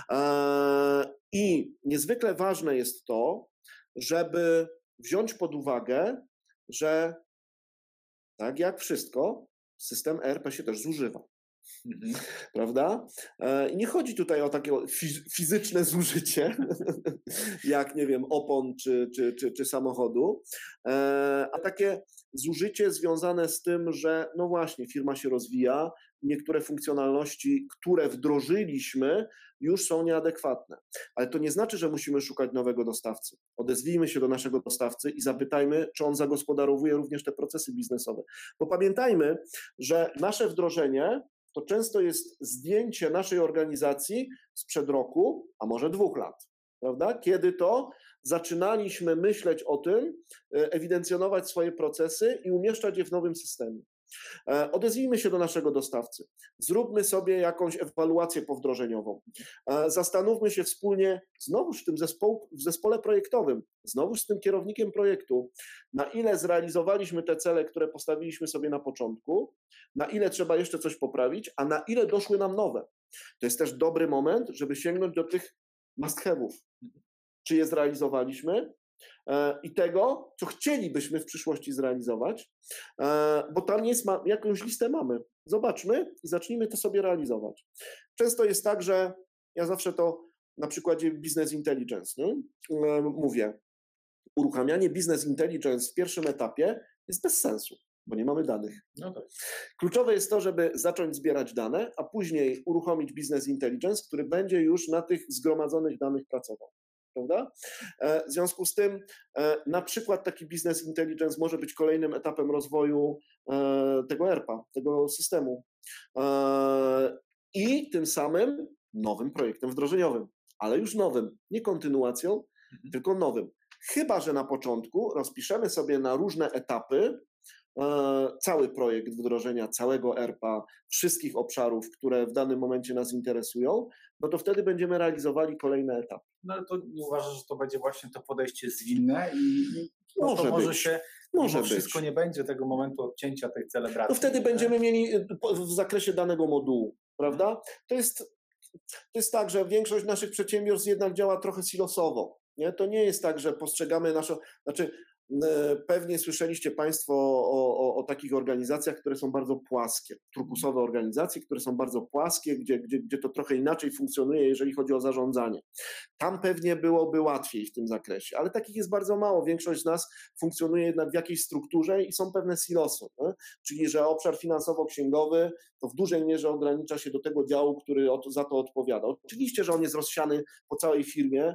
I niezwykle ważne jest to, żeby wziąć pod uwagę, że tak jak wszystko, system E R P się też zużywa. Mhm. Prawda? I nie chodzi tutaj o takie fizyczne zużycie, jak nie wiem, opon czy, czy, czy, czy samochodu, a takie zużycie związane z tym, że no właśnie, firma się rozwija, niektóre funkcjonalności, które wdrożyliśmy, już są nieadekwatne. Ale to nie znaczy, że musimy szukać nowego dostawcy. Odezwijmy się do naszego dostawcy i zapytajmy, czy on zagospodarowuje również te procesy biznesowe. Bo pamiętajmy, że nasze wdrożenie to często jest zdjęcie naszej organizacji sprzed roku, a może dwóch lat, prawda? Kiedy to zaczynaliśmy myśleć o tym, ewidencjonować swoje procesy i umieszczać je w nowym systemie. Odezwijmy się do naszego dostawcy, zróbmy sobie jakąś ewaluację powdrożeniową, zastanówmy się wspólnie, znowuż w tym zespołu, w zespole projektowym, znowuż z tym kierownikiem projektu, na ile zrealizowaliśmy te cele, które postawiliśmy sobie na początku, na ile trzeba jeszcze coś poprawić, a na ile doszły nam nowe. To jest też dobry moment, żeby sięgnąć do tych must have'ów. Czy je zrealizowaliśmy? I tego, co chcielibyśmy w przyszłości zrealizować, bo tam jest, jakąś listę mamy. Zobaczmy i zacznijmy to sobie realizować. Często jest tak, że ja zawsze to na przykładzie Business Intelligence, nie? Mówię, uruchamianie Business Intelligence w pierwszym etapie jest bez sensu, bo nie mamy danych. No tak. Kluczowe jest to, żeby zacząć zbierać dane, a później uruchomić Business Intelligence, który będzie już na tych zgromadzonych danych pracował. Prawda? W związku z tym na przykład taki Business Intelligence może być kolejnym etapem rozwoju tego E R P-a, tego systemu i tym samym nowym projektem wdrożeniowym, ale już nowym, nie kontynuacją, mhm. tylko nowym. Chyba że na początku rozpiszemy sobie na różne etapy cały projekt wdrożenia całego E R P-a, wszystkich obszarów, które w danym momencie nas interesują, no to wtedy będziemy realizowali kolejne etapy. No ale to nie uważasz, że to będzie właśnie to podejście zwinne i no może to może być. się, może wszystko być. nie będzie tego momentu odcięcia tej celebracji. No wtedy będziemy mieli w zakresie danego modułu, prawda? To jest, to jest tak, że większość naszych przedsiębiorstw jednak działa trochę silosowo. Nie? To nie jest tak, że postrzegamy naszą, znaczy pewnie słyszeliście Państwo o, o, o takich organizacjach, które są bardzo płaskie, turkusowe organizacje, które są bardzo płaskie, gdzie, gdzie, gdzie to trochę inaczej funkcjonuje, jeżeli chodzi o zarządzanie. Tam pewnie byłoby łatwiej w tym zakresie, ale takich jest bardzo mało. Większość z nas funkcjonuje jednak w jakiejś strukturze i są pewne silosy, nie? Czyli że obszar finansowo-księgowy to w dużej mierze ogranicza się do tego działu, który za to odpowiada. Oczywiście, że on jest rozsiany po całej firmie,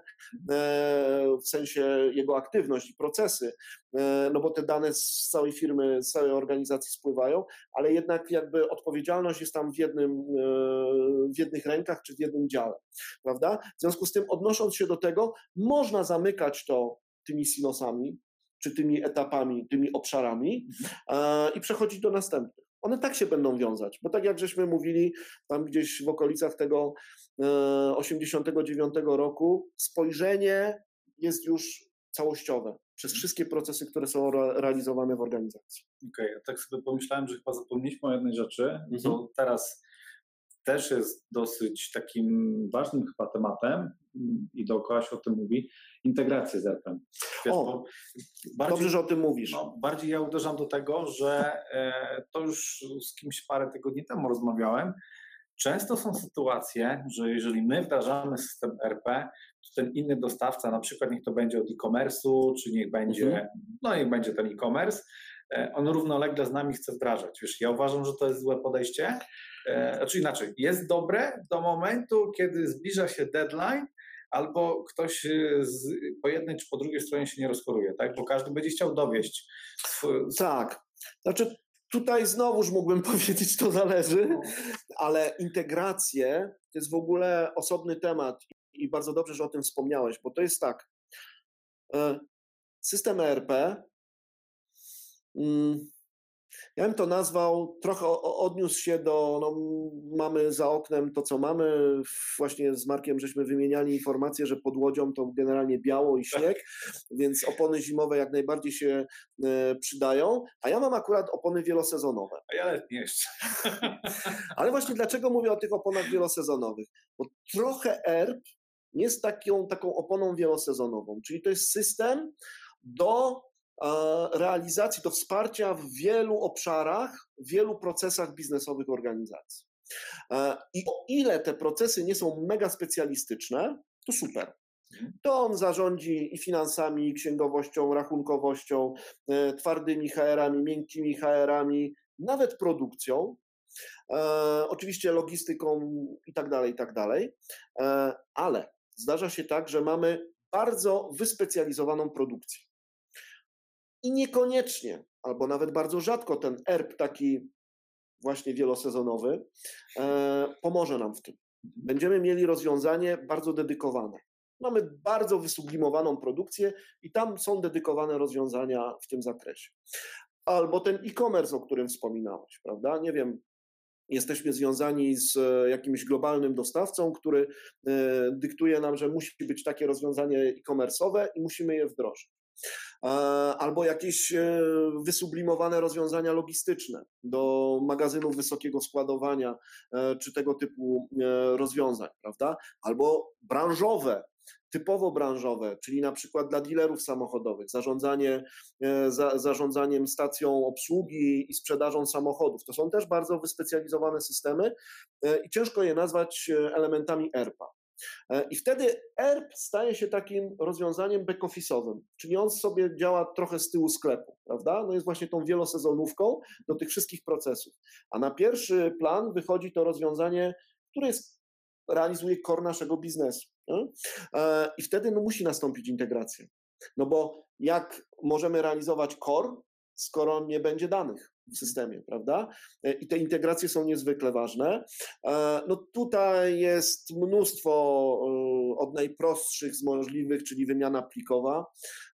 w sensie jego aktywność i procesy, no bo te dane z całej firmy, z całej organizacji spływają, ale jednak jakby odpowiedzialność jest tam w jednym, w jednych rękach czy w jednym dziale, prawda? W związku z tym, odnosząc się do tego, można zamykać to tymi silosami, czy tymi etapami, tymi obszarami i przechodzić do następnych. One tak się będą wiązać, bo tak jak żeśmy mówili tam gdzieś w okolicach tego osiemdziesiątego dziewiątego roku, spojrzenie jest już całościowe przez wszystkie procesy, które są re- realizowane w organizacji. Okej, okay, tak sobie pomyślałem, że chyba zapomnieliśmy o jednej rzeczy, mhm. co teraz też jest dosyć takim ważnym chyba tematem i dookoła się o tym mówi, integrację z E R P-em. Wiesz, o, bardziej, dobrze, że o tym mówisz. No, bardziej ja uderzam do tego, że e, to już z kimś parę tygodni temu rozmawiałem. Często są sytuacje, że jeżeli my wdrażamy system E R P, to ten inny dostawca, na przykład niech to będzie od e-commerce'u, czy niech będzie, mhm. no niech będzie ten e-commerce, on równolegle z nami chce wdrażać. Wiesz, ja uważam, że to jest złe podejście. Znaczy inaczej, jest dobre do momentu, kiedy zbliża się deadline, albo ktoś z, po jednej czy po drugiej stronie się nie rozchoruje, tak? Bo każdy będzie chciał dowieść. Swój... Tak, znaczy tutaj znowuż mógłbym powiedzieć, to zależy, ale integracje to jest w ogóle osobny temat i bardzo dobrze, że o tym wspomniałeś, bo to jest tak, system E R P, ja bym to nazwał, trochę odniósł się do, no, mamy za oknem to, co mamy, właśnie z Markiem żeśmy wymieniali informację, że pod Łodzią to generalnie biało i śnieg, więc opony zimowe jak najbardziej się e, przydają, a ja mam akurat opony wielosezonowe. A ja letnie jeszcze. Ale właśnie dlaczego mówię o tych oponach wielosezonowych? Bo trochę E R P jest taką, taką oponą wielosezonową, czyli to jest system do realizacji, do wsparcia w wielu obszarach, w wielu procesach biznesowych organizacji. I o ile te procesy nie są mega specjalistyczne, to super. To on zarządzi i finansami, i księgowością, rachunkowością, twardymi H R-ami, miękkimi H R-ami, nawet produkcją, oczywiście logistyką i tak dalej, i tak dalej, ale zdarza się tak, że mamy bardzo wyspecjalizowaną produkcję. I niekoniecznie, albo nawet bardzo rzadko ten E R P taki właśnie wielosezonowy e, pomoże nam w tym. Będziemy mieli rozwiązanie bardzo dedykowane. Mamy bardzo wysublimowaną produkcję i tam są dedykowane rozwiązania w tym zakresie. Albo ten e-commerce, o którym wspominałeś, prawda? Nie wiem, jesteśmy związani z jakimś globalnym dostawcą, który e, dyktuje nam, że musi być takie rozwiązanie e-commerce'owe i musimy je wdrożyć. Albo jakieś wysublimowane rozwiązania logistyczne do magazynów wysokiego składowania czy tego typu rozwiązań, prawda? Albo branżowe, typowo branżowe, czyli na przykład dla dealerów samochodowych, zarządzanie, za, zarządzaniem stacją obsługi i sprzedażą samochodów. To są też bardzo wyspecjalizowane systemy i ciężko je nazwać elementami E R P-a. I wtedy E R P staje się takim rozwiązaniem back-office'owym, czyli on sobie działa trochę z tyłu sklepu, prawda? No jest właśnie tą wielosezonówką do tych wszystkich procesów. A na pierwszy plan wychodzi to rozwiązanie, które jest, realizuje core naszego biznesu. Nie? I wtedy no, musi nastąpić integracja. No bo jak możemy realizować core, skoro nie będzie danych w systemie, prawda? I te integracje są niezwykle ważne. No tutaj jest mnóstwo od najprostszych z możliwych, czyli wymiana plikowa,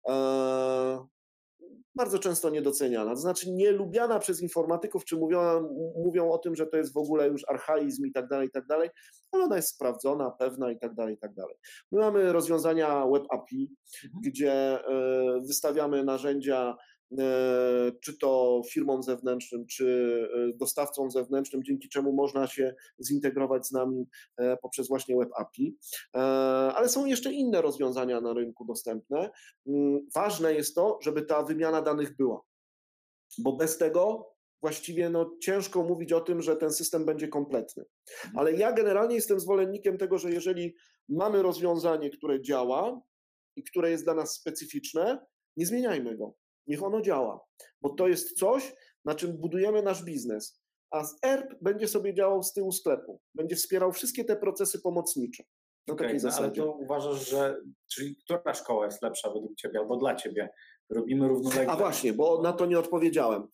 bardzo często niedoceniana, to znaczy nielubiana przez informatyków, czy mówią, mówią o tym, że to jest w ogóle już archaizm i tak dalej, i tak dalej, ale ona jest sprawdzona, pewna i tak dalej, i tak dalej. My mamy rozwiązania Web A P I, mhm. gdzie wystawiamy narzędzia czy to firmom zewnętrznym, czy dostawcom zewnętrznym, dzięki czemu można się zintegrować z nami poprzez właśnie Web A P I. Ale są jeszcze inne rozwiązania na rynku dostępne. Ważne jest to, żeby ta wymiana danych była, bo bez tego właściwie no, ciężko mówić o tym, że ten system będzie kompletny. Ale ja generalnie jestem zwolennikiem tego, że jeżeli mamy rozwiązanie, które działa i które jest dla nas specyficzne, nie zmieniajmy go. Niech ono działa, bo to jest coś, na czym budujemy nasz biznes, a z E R P będzie sobie działał z tyłu sklepu, będzie wspierał wszystkie te procesy pomocnicze. Na okay, takiej no, zasadzie. Ale to uważasz, że, czyli która szkoła jest lepsza według Ciebie albo dla Ciebie? Robimy równolegle. A właśnie, bo na to nie odpowiedziałem.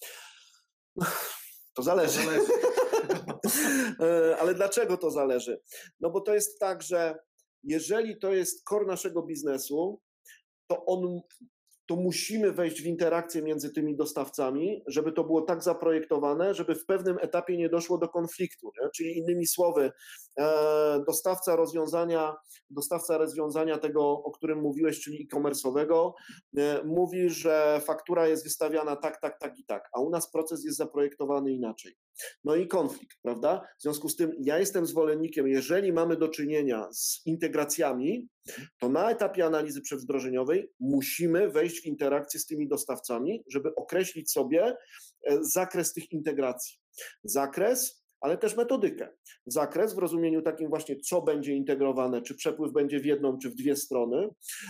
To zależy. To zależy. Ale dlaczego to zależy? No bo to jest tak, że jeżeli to jest core naszego biznesu, to on to musimy wejść w interakcję między tymi dostawcami, żeby to było tak zaprojektowane, żeby w pewnym etapie nie doszło do konfliktu. Nie? Czyli innymi słowy, e, dostawca rozwiązania, dostawca rozwiązania tego, o którym mówiłeś, czyli e-commerce'owego, e, mówi, że faktura jest wystawiana tak, tak, tak i tak, a u nas proces jest zaprojektowany inaczej. No i konflikt, prawda? W związku z tym ja jestem zwolennikiem, jeżeli mamy do czynienia z integracjami, to na etapie analizy przedwdrożeniowej musimy wejść w interakcję z tymi dostawcami, żeby określić sobie zakres tych integracji. Zakres, ale też metodykę. Zakres w rozumieniu takim właśnie, co będzie integrowane, czy przepływ będzie w jedną, czy w dwie strony,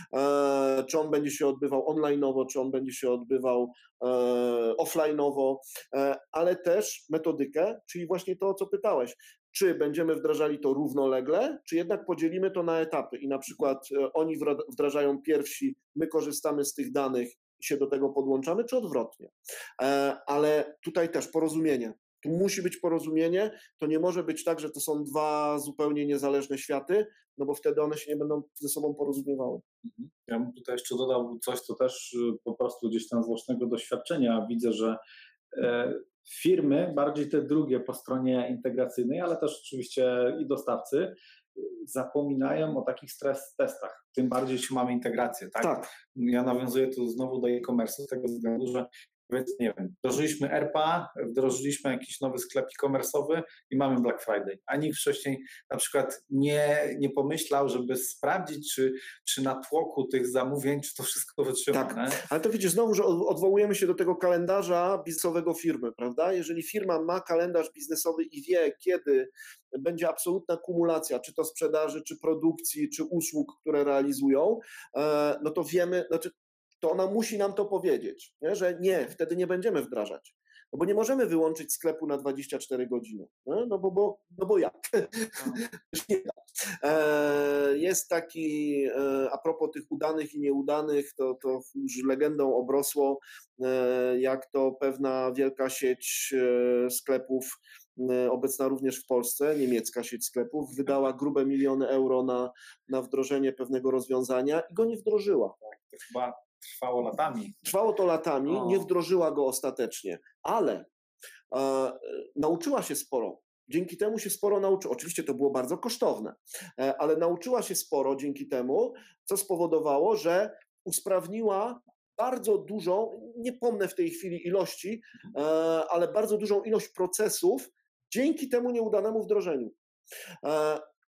e, czy on będzie się odbywał online'owo, czy on będzie się odbywał e, offline'owo, e, ale też metodykę, czyli właśnie to, o co pytałeś. Czy będziemy wdrażali to równolegle, czy jednak podzielimy to na etapy i na przykład e, oni wdrażają pierwsi, my korzystamy z tych danych i się do tego podłączamy, czy odwrotnie. E, ale tutaj też porozumienie. Tu musi być porozumienie, to nie może być tak, że to są dwa zupełnie niezależne światy, no bo wtedy one się nie będą ze sobą porozumiewały. Ja bym tutaj jeszcze dodał coś, co też po prostu gdzieś tam z własnego doświadczenia widzę, że e, firmy, bardziej te drugie po stronie integracyjnej, ale też oczywiście i dostawcy, zapominają o takich stres testach, tym bardziej jeśli mamy integrację. Tak? Tak. Ja nawiązuję tu znowu do e-commerce z tego względu, że nie wiem, wdrożyliśmy E R P A, wdrożyliśmy jakiś nowy sklep e-commerce'owy i mamy Black Friday, a nikt wcześniej na przykład nie, nie pomyślał, żeby sprawdzić, czy, czy na tłoku tych zamówień, czy to wszystko wytrzyma. Tak, nie? ale to widzisz, znowu, że odwołujemy się do tego kalendarza biznesowego firmy, prawda? Jeżeli firma ma kalendarz biznesowy i wie, kiedy będzie absolutna kumulacja, czy to sprzedaży, czy produkcji, czy usług, które realizują, no to wiemy, znaczy to ona musi nam to powiedzieć, nie? Że nie, wtedy nie będziemy wdrażać. No bo nie możemy wyłączyć sklepu na dwadzieścia cztery godziny. Nie? No, bo, bo, no bo jak? Nie da. E, jest taki, e, a propos tych udanych i nieudanych, to, to już legendą obrosło, e, jak to pewna wielka sieć e, sklepów, e, obecna również w Polsce, niemiecka sieć sklepów, wydała grube miliony euro na, na wdrożenie pewnego rozwiązania i go nie wdrożyła. Tak, to chyba trwało latami. Trwało to latami, o. nie wdrożyła go ostatecznie, ale e, nauczyła się sporo. Dzięki temu się sporo nauczyła. Oczywiście to było bardzo kosztowne, e, ale nauczyła się sporo dzięki temu, co spowodowało, że usprawniła bardzo dużą, nie pomnę w tej chwili ilości, e, ale bardzo dużą ilość procesów dzięki temu nieudanemu wdrożeniu. E,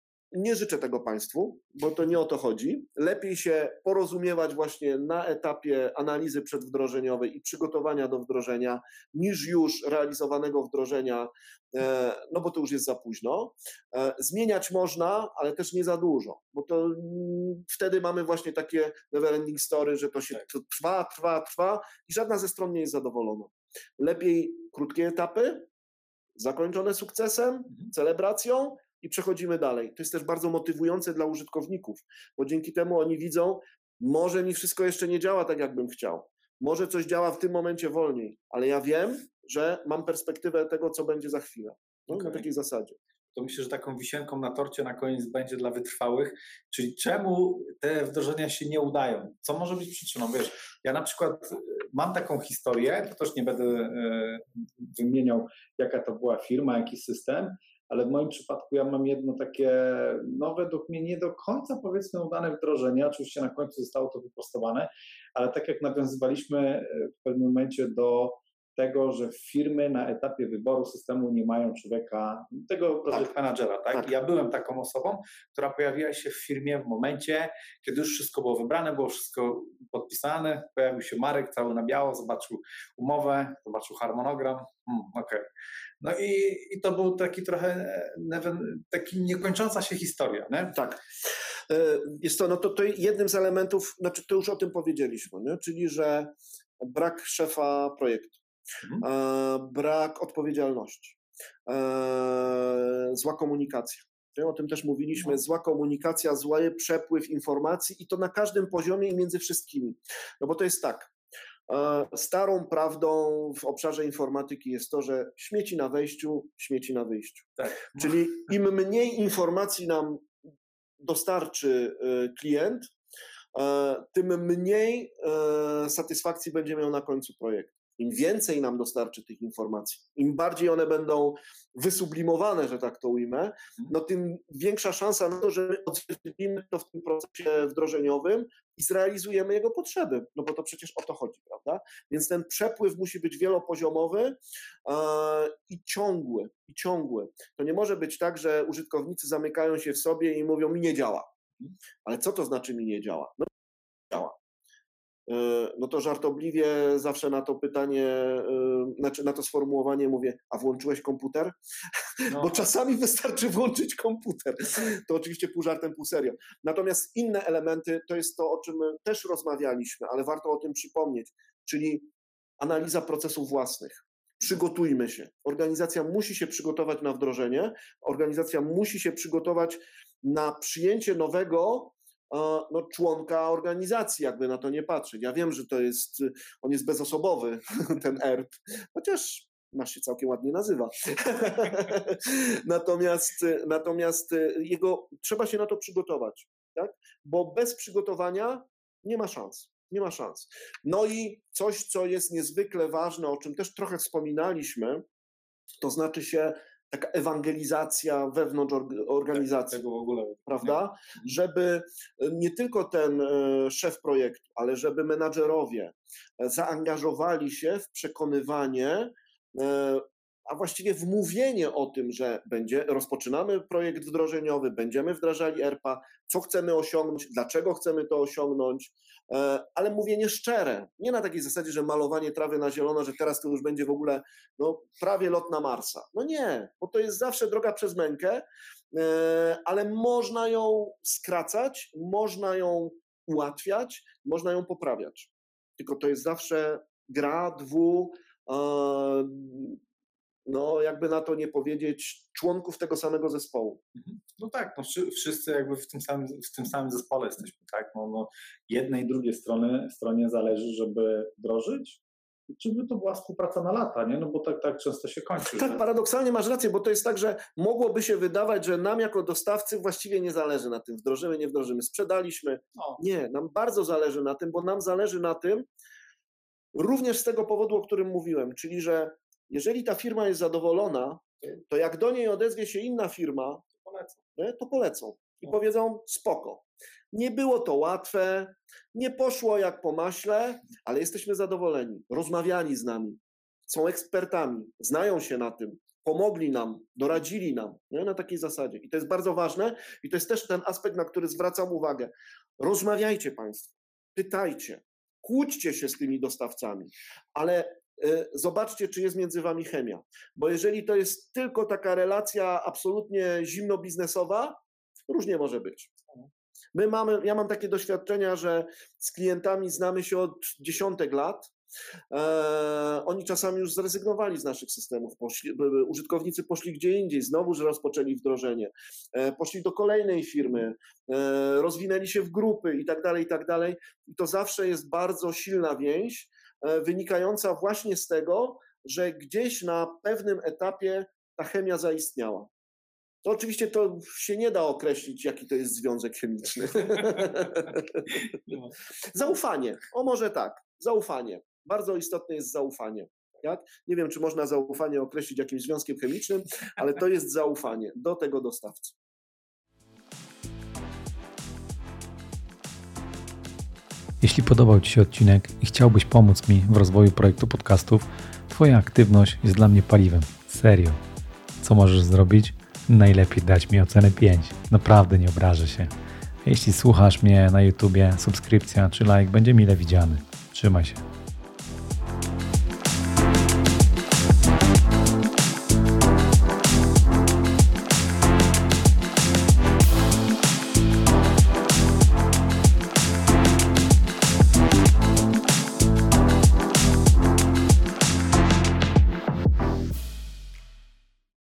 nie życzę tego Państwu, bo to nie o to chodzi. Lepiej się porozumiewać właśnie na etapie analizy przedwdrożeniowej i przygotowania do wdrożenia, niż już realizowanego wdrożenia, no bo to już jest za późno. Zmieniać można, ale też nie za dużo, bo to wtedy mamy właśnie takie never ending story, że to się to trwa, trwa, trwa i żadna ze stron nie jest zadowolona. Lepiej krótkie etapy, zakończone sukcesem, celebracją i przechodzimy dalej. To jest też bardzo motywujące dla użytkowników, bo dzięki temu oni widzą, może mi wszystko jeszcze nie działa tak, jakbym chciał. Może coś działa w tym momencie wolniej, ale ja wiem, że mam perspektywę tego, co będzie za chwilę. No, okay. Na takiej zasadzie. To myślę, że taką wisienką na torcie na koniec będzie dla wytrwałych, czyli czemu te wdrożenia się nie udają? Co może być przyczyną? Wiesz, ja na przykład mam taką historię, to też nie będę e, wymieniał, jaka to była firma, jaki system, ale w moim przypadku ja mam jedno takie, no według mnie nie do końca powiedzmy udane wdrożenie, oczywiście na końcu zostało to wyprostowane, ale tak jak nawiązywaliśmy w pewnym momencie do tego, że firmy na etapie wyboru systemu nie mają człowieka, tego project managera, tak? tak? Ja byłem taką osobą, która pojawiła się w firmie w momencie, kiedy już wszystko było wybrane, było wszystko podpisane, pojawił się Marek cały na biało, zobaczył umowę, zobaczył harmonogram, hmm, okej. Okay. No i, i to był taki trochę taki niekończąca się historia, nie? Tak. Jest to, no to, to jednym z elementów, znaczy to już o tym powiedzieliśmy, nie? Czyli że brak szefa projektu. Mhm. E, brak odpowiedzialności, e, zła komunikacja. O tym też mówiliśmy, no. Zła komunikacja, zły przepływ informacji i to na każdym poziomie i między wszystkimi. No bo to jest tak, e, starą prawdą w obszarze informatyki jest to, że śmieci na wejściu, śmieci na wyjściu. Tak. Czyli im mniej informacji nam dostarczy e, klient, e, tym mniej e, satysfakcji będzie miał na końcu projektu. Im więcej nam dostarczy tych informacji, im bardziej one będą wysublimowane, że tak to ujmę, no tym większa szansa na to, że my odzwierciedlimy to w tym procesie wdrożeniowym i zrealizujemy jego potrzeby, no bo to przecież o to chodzi, prawda? Więc ten przepływ musi być wielopoziomowy e, i ciągły, i ciągły. To nie może być tak, że użytkownicy zamykają się w sobie i mówią, mi nie działa. Ale co to znaczy mi nie działa? No działa. No to żartobliwie zawsze na to pytanie, znaczy na to sformułowanie mówię, a włączyłeś komputer? No. Bo czasami wystarczy włączyć komputer. To oczywiście pół żartem, pół serio. Natomiast inne elementy to jest to, o czym też rozmawialiśmy, ale warto o tym przypomnieć, czyli analiza procesów własnych. Przygotujmy się. Organizacja musi się przygotować na wdrożenie, organizacja musi się przygotować na przyjęcie nowego no, członka organizacji, jakby na to nie patrzeć. Ja wiem, że to jest, on jest bezosobowy, ten E R P, chociaż nasz się całkiem ładnie nazywa. natomiast, natomiast jego, trzeba się na to przygotować, tak? Bo bez przygotowania nie ma szans. Nie ma szans. No i coś, co jest niezwykle ważne, o czym też trochę wspominaliśmy, to znaczy się taka ewangelizacja wewnątrz organizacji, tego w ogóle, prawda? Żeby nie tylko ten szef projektu, ale żeby menadżerowie zaangażowali się w przekonywanie, a właściwie w mówienie o tym, że będzie, rozpoczynamy projekt wdrożeniowy, będziemy wdrażali E R P a, co chcemy osiągnąć, dlaczego chcemy to osiągnąć, ale mówienie szczere, nie na takiej zasadzie, że malowanie trawy na zielono, że teraz to już będzie w ogóle no, prawie lot na Marsa. No nie, bo to jest zawsze droga przez mękę, ale można ją skracać, można ją ułatwiać, można ją poprawiać. Tylko to jest zawsze gra dwu, no jakby na to nie powiedzieć, członków tego samego zespołu. No tak, no wszyscy jakby w tym samym, w tym samym zespole jesteśmy, tak? No, no jednej i drugiej strony, stronie zależy, żeby wdrożyć, czy by to była współpraca na lata, nie? No bo tak, tak często się kończy. Tak, że... paradoksalnie masz rację, bo to jest tak, że mogłoby się wydawać, że nam jako dostawcy właściwie nie zależy na tym, wdrożymy, nie wdrożymy, sprzedaliśmy. No. Nie, nam bardzo zależy na tym, bo nam zależy na tym również z tego powodu, o którym mówiłem, czyli że jeżeli ta firma jest zadowolona, to jak do niej odezwie się inna firma, to polecą, nie? To polecą i powiedzą spoko. Nie było to łatwe, nie poszło jak po maśle, ale jesteśmy zadowoleni. Rozmawiali z nami, są ekspertami, znają się na tym, pomogli nam, doradzili nam, nie? Na takiej zasadzie. I to jest bardzo ważne i to jest też ten aspekt, na który zwracam uwagę. Rozmawiajcie Państwo, pytajcie, kłóćcie się z tymi dostawcami, ale y, zobaczcie, czy jest między Wami chemia. Bo jeżeli to jest tylko taka relacja absolutnie zimno-biznesowa, różnie może być. My mamy, ja mam takie doświadczenia, że z klientami znamy się od dziesiątek lat. E, oni czasami już zrezygnowali z naszych systemów. Poszli, użytkownicy poszli gdzie indziej, znowu że rozpoczęli wdrożenie. E, poszli do kolejnej firmy, e, rozwinęli się w grupy i tak dalej, i tak dalej. I to zawsze jest bardzo silna więź, e, wynikająca właśnie z tego, że gdzieś na pewnym etapie ta chemia zaistniała. To oczywiście to się nie da określić, jaki to jest związek chemiczny. Zaufanie. O może tak, zaufanie. Bardzo istotne jest zaufanie. Tak? Nie wiem, czy można zaufanie określić jakimś związkiem chemicznym, ale to jest zaufanie do tego dostawcy. Jeśli podobał Ci się odcinek i chciałbyś pomóc mi w rozwoju projektu podcastów, Twoja aktywność jest dla mnie paliwem. Serio. Co możesz zrobić? Najlepiej dać mi ocenę pięć. Naprawdę nie obrażę się. A jeśli słuchasz mnie na YouTubie, subskrypcja czy like będzie mile widziany. Trzymaj się.